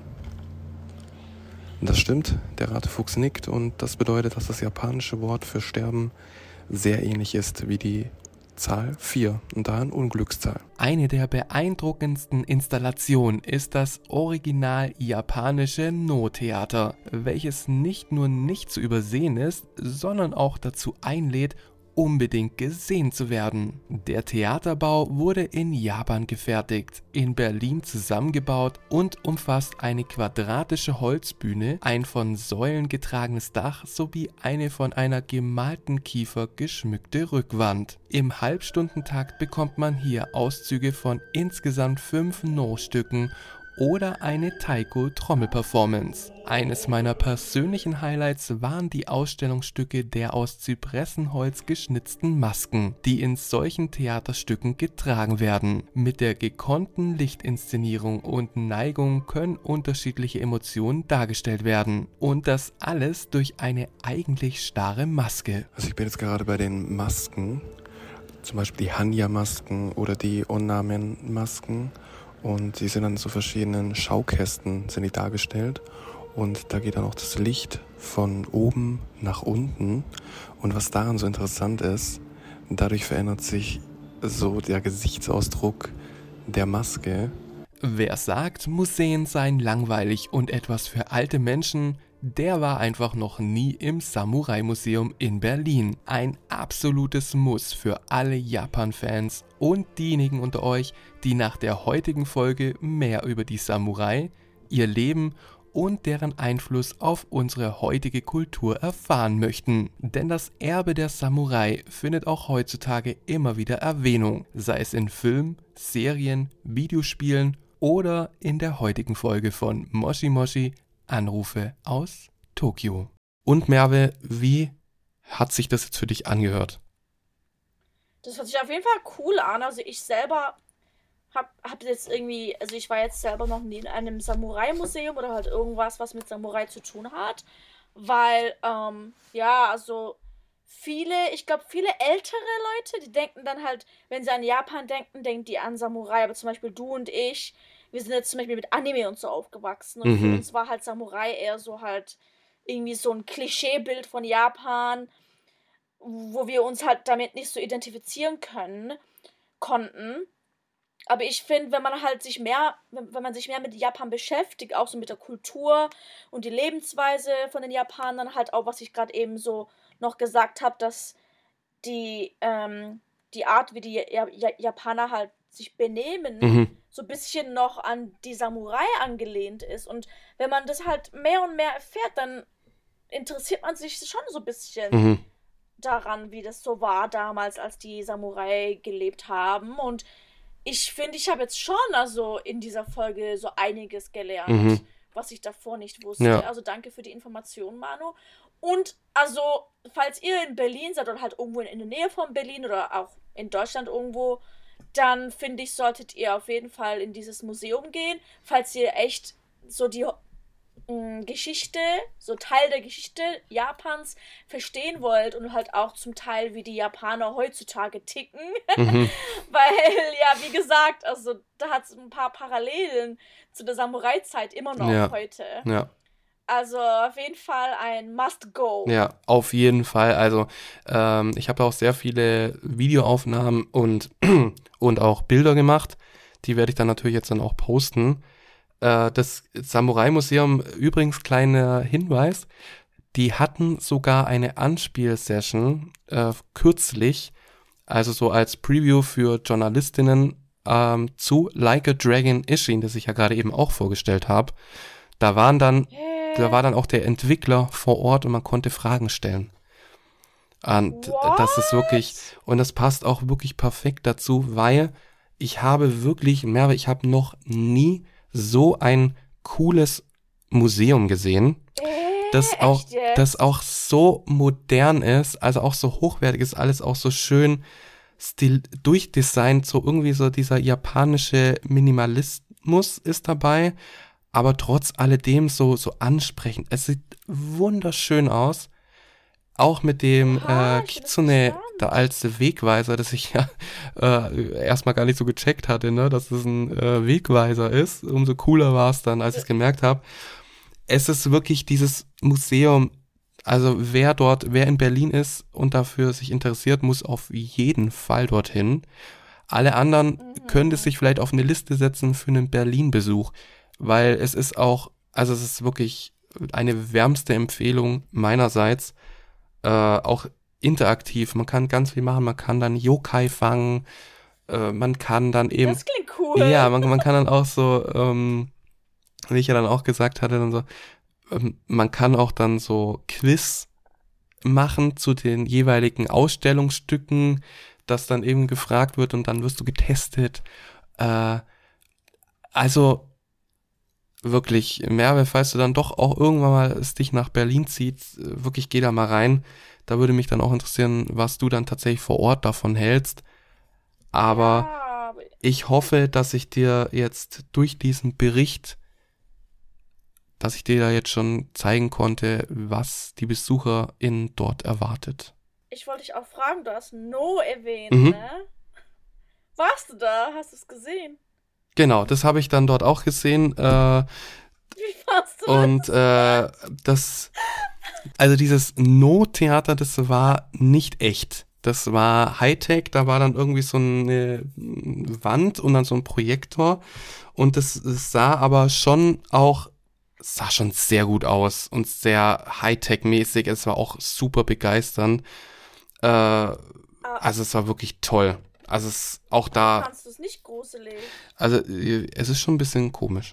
Das stimmt, der Ratefuchs nickt und das bedeutet, dass das japanische Wort für Sterben sehr ähnlich ist wie die Zahl 4 und da eine Unglückszahl. Eine der beeindruckendsten Installationen ist das original japanische No-Theater, welches nicht nur nicht zu übersehen ist, sondern auch dazu einlädt, unbedingt gesehen zu werden. Der Theaterbau wurde in Japan gefertigt, in Berlin zusammengebaut und umfasst eine quadratische Holzbühne, ein von Säulen getragenes Dach sowie eine von einer gemalten Kiefer geschmückte Rückwand. Im Halbstundentakt bekommt man hier Auszüge von insgesamt 5 No-Stücken oder eine Taiko-Trommel-Performance. Eines meiner persönlichen Highlights waren die Ausstellungsstücke der aus Zypressenholz geschnitzten Masken, die in solchen Theaterstücken getragen werden. Mit der gekonnten Lichtinszenierung und Neigung können unterschiedliche Emotionen dargestellt werden. Und das alles durch eine eigentlich starre Maske. Also ich bin jetzt gerade bei den Masken, zum Beispiel die Hanya-Masken oder die Ornamen-Masken. Und die sind dann zu verschiedenen Schaukästen sind die dargestellt. Und da geht dann auch das Licht von oben nach unten. Und was daran so interessant ist, dadurch verändert sich so der Gesichtsausdruck der Maske. Wer sagt, Museen seien langweilig und etwas für alte Menschen, der war einfach noch nie im Samurai-Museum in Berlin. Ein absolutes Muss für alle Japan-Fans und diejenigen unter euch, die nach der heutigen Folge mehr über die Samurai, ihr Leben und deren Einfluss auf unsere heutige Kultur erfahren möchten. Denn das Erbe der Samurai findet auch heutzutage immer wieder Erwähnung, sei es in Filmen, Serien, Videospielen oder in der heutigen Folge von Moshi Moshi Anrufe aus Tokio. Und Merve, wie hat sich das jetzt für dich angehört? Das hört sich auf jeden Fall cool an. Also ich selber hab jetzt irgendwie, also ich war jetzt selber noch nie in einem Samurai-Museum oder halt irgendwas, was mit Samurai zu tun hat. Weil, also ich glaube, viele ältere Leute, die denken dann halt, wenn sie an Japan denken, denken die an Samurai. Aber zum Beispiel du und ich, wir sind jetzt zum Beispiel mit Anime und so aufgewachsen. Und für uns war halt Samurai eher so halt irgendwie so ein Klischeebild von Japan, wo wir uns halt damit nicht so identifizieren konnten. Aber ich finde, wenn man halt wenn man sich mehr mit Japan beschäftigt, auch so mit der Kultur und die Lebensweise von den Japanern, halt auch, was ich gerade eben so noch gesagt habe, dass die Art, wie die Japaner halt sich benehmen, so ein bisschen noch an die Samurai angelehnt ist. Und wenn man das halt mehr und mehr erfährt, dann interessiert man sich schon so ein bisschen daran, wie das so war damals, als die Samurai gelebt haben. Und ich finde, ich habe jetzt schon also in dieser Folge so einiges gelernt, was ich davor nicht wusste. Ja. Also danke für die Information, Manu. Und also, falls ihr in Berlin seid oder halt irgendwo in der Nähe von Berlin oder auch in Deutschland irgendwo, dann finde ich, solltet ihr auf jeden Fall in dieses Museum gehen, falls ihr echt so die Geschichte, so Teil der Geschichte Japans verstehen wollt und halt auch zum Teil, wie die Japaner heutzutage ticken. Weil, ja, wie gesagt, also da hat es ein paar Parallelen zu der Samurai-Zeit immer noch heute. Ja. Also auf jeden Fall ein Must-Go. Ja, auf jeden Fall. Also ich habe auch sehr viele Videoaufnahmen und auch Bilder gemacht. Die werde ich dann natürlich jetzt dann auch posten. Das Samurai-Museum, übrigens kleiner Hinweis, die hatten sogar eine Anspielsession kürzlich, also so als Preview für Journalistinnen zu Like a Dragon Ishin, das ich ja gerade eben auch vorgestellt habe. Da war dann auch der Entwickler vor Ort und man konnte Fragen stellen. Und das ist wirklich, und das passt auch wirklich perfekt dazu, weil ich habe noch nie so ein cooles Museum gesehen, das auch so modern ist, also auch so hochwertig ist, alles auch so schön durchdesignt, so irgendwie so dieser japanische Minimalismus ist dabei, aber trotz alledem so ansprechend. Es sieht wunderschön aus. Auch mit dem Kitsune da als Wegweiser, das ich ja erstmal gar nicht so gecheckt hatte, ne, dass das ein Wegweiser ist. Umso cooler war es dann, als ich es gemerkt habe. Es ist wirklich dieses Museum, also wer in Berlin ist und dafür sich interessiert, muss auf jeden Fall dorthin. Alle anderen können es sich vielleicht auf eine Liste setzen für einen Berlin-Besuch, weil es ist wirklich eine wärmste Empfehlung meinerseits. Auch interaktiv, man kann ganz viel machen, man kann dann Yokai fangen, man kann dann eben... Das klingt cool. Ja, man kann dann auch so, wie ich ja dann auch gesagt hatte, dann so, man kann auch dann so Quiz machen zu den jeweiligen Ausstellungsstücken, das dann eben gefragt wird und dann wirst du getestet. Also wirklich, Merve, falls du dann doch auch irgendwann mal es dich nach Berlin zieht, wirklich geh da mal rein. Da würde mich dann auch interessieren, was du dann tatsächlich vor Ort davon hältst. Aber ich hoffe, dass ich dir jetzt durch diesen Bericht, dass ich dir da jetzt schon zeigen konnte, was die BesucherInnen dort erwartet. Ich wollte dich auch fragen, du hast No erwähnt, ne? Warst du da? Hast du es gesehen? Genau, das habe ich dann dort auch gesehen. Wie fandst du das? Also dieses No-Theater, das war nicht echt. Das war Hightech, da war dann irgendwie so eine Wand und dann so ein Projektor. Und das sah aber schon sehr gut aus und sehr Hightech-mäßig. Es war auch super begeisternd. Also es war wirklich toll. Also es ist auch da... Fandst du es nicht gruselig? Also es ist schon ein bisschen komisch.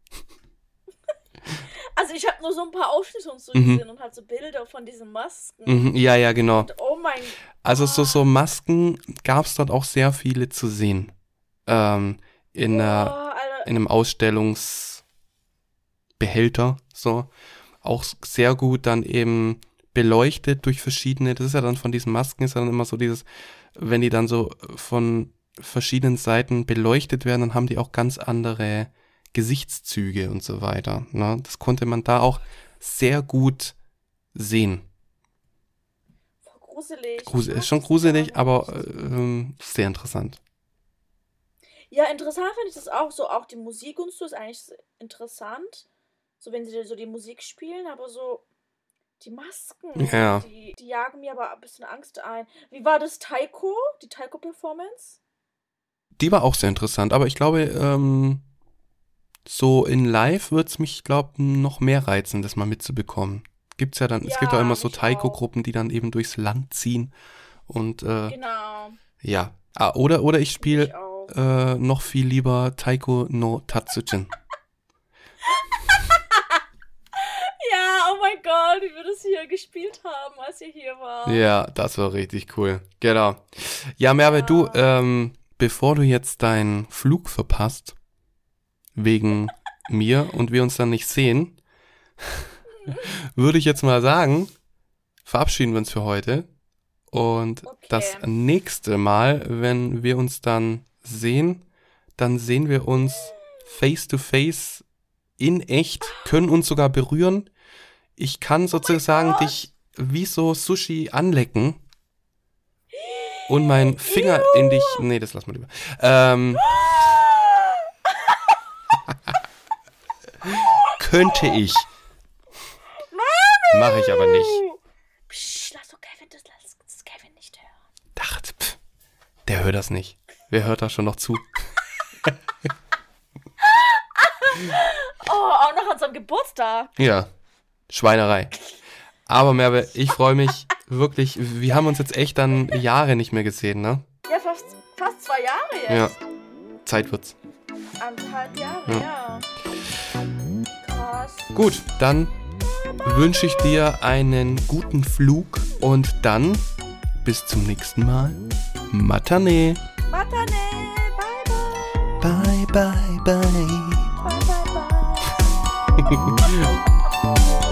Also ich habe nur so ein paar Ausschnitte und so gesehen und halt so Bilder von diesen Masken. Ja, genau. Und oh mein Gott. Also so Masken gab es dort auch sehr viele zu sehen. In einem Ausstellungsbehälter. So. Auch sehr gut dann eben beleuchtet durch verschiedene, das ist ja dann von diesen Masken, ist ja dann immer so dieses, wenn die dann so von verschiedenen Seiten beleuchtet werden, dann haben die auch ganz andere Gesichtszüge und so weiter. Ne? Das konnte man da auch sehr gut sehen. Gruselig. Ist schon gruselig, aber sehr interessant. Ja, interessant finde ich das auch. So auch die Musik und so ist eigentlich interessant. So wenn sie so die Musik spielen, aber so Die Masken, Ja. die jagen mir aber ein bisschen Angst ein. Wie war das Taiko? Die Taiko-Performance? Die war auch sehr interessant, aber ich glaube, so in live wird es mich, glaube noch mehr reizen, das mal mitzubekommen. Gibt's ja dann, es gibt Ja, auch immer so mich Taiko-Gruppen, die dann eben durchs Land ziehen und Genau. ja. Oder ich Ich spiele auch. noch viel lieber Taiko no Tatsujin. Ja, oh mein Gott, wie wir das hier gespielt haben, als ihr hier wart. Ja, das war richtig cool. Genau. Ja, Merve, du, bevor du jetzt deinen Flug verpasst, wegen mir und wir uns dann nicht sehen, würde ich jetzt mal sagen, verabschieden wir uns für heute. Und Okay. das nächste Mal, wenn wir uns dann sehen wir uns face to face in echt, können uns sogar berühren. Ich kann sozusagen Gott. dich wie so Sushi anlecken und meinen Finger in dich. Nee, das lass mal lieber. Könnte ich. Mache ich aber nicht. Psst, lass das Kevin nicht hören. Dachte, der hört das nicht. Wer hört da schon noch zu? Oh, auch noch an seinem Geburtstag. Ja, Schweinerei. Aber Merve, ich freue mich wirklich. Wir haben uns jetzt echt dann Jahre nicht mehr gesehen, ne? Ja, fast 2 Jahre Ja, jetzt. Zeit wird's. 1,5 Jahre, Ja. ja. Krass. Gut, dann wünsche ich dir einen guten Flug und dann bis zum nächsten Mal. Matane. Matane, bye bye. Bye, bye, bye. Bye bye bye.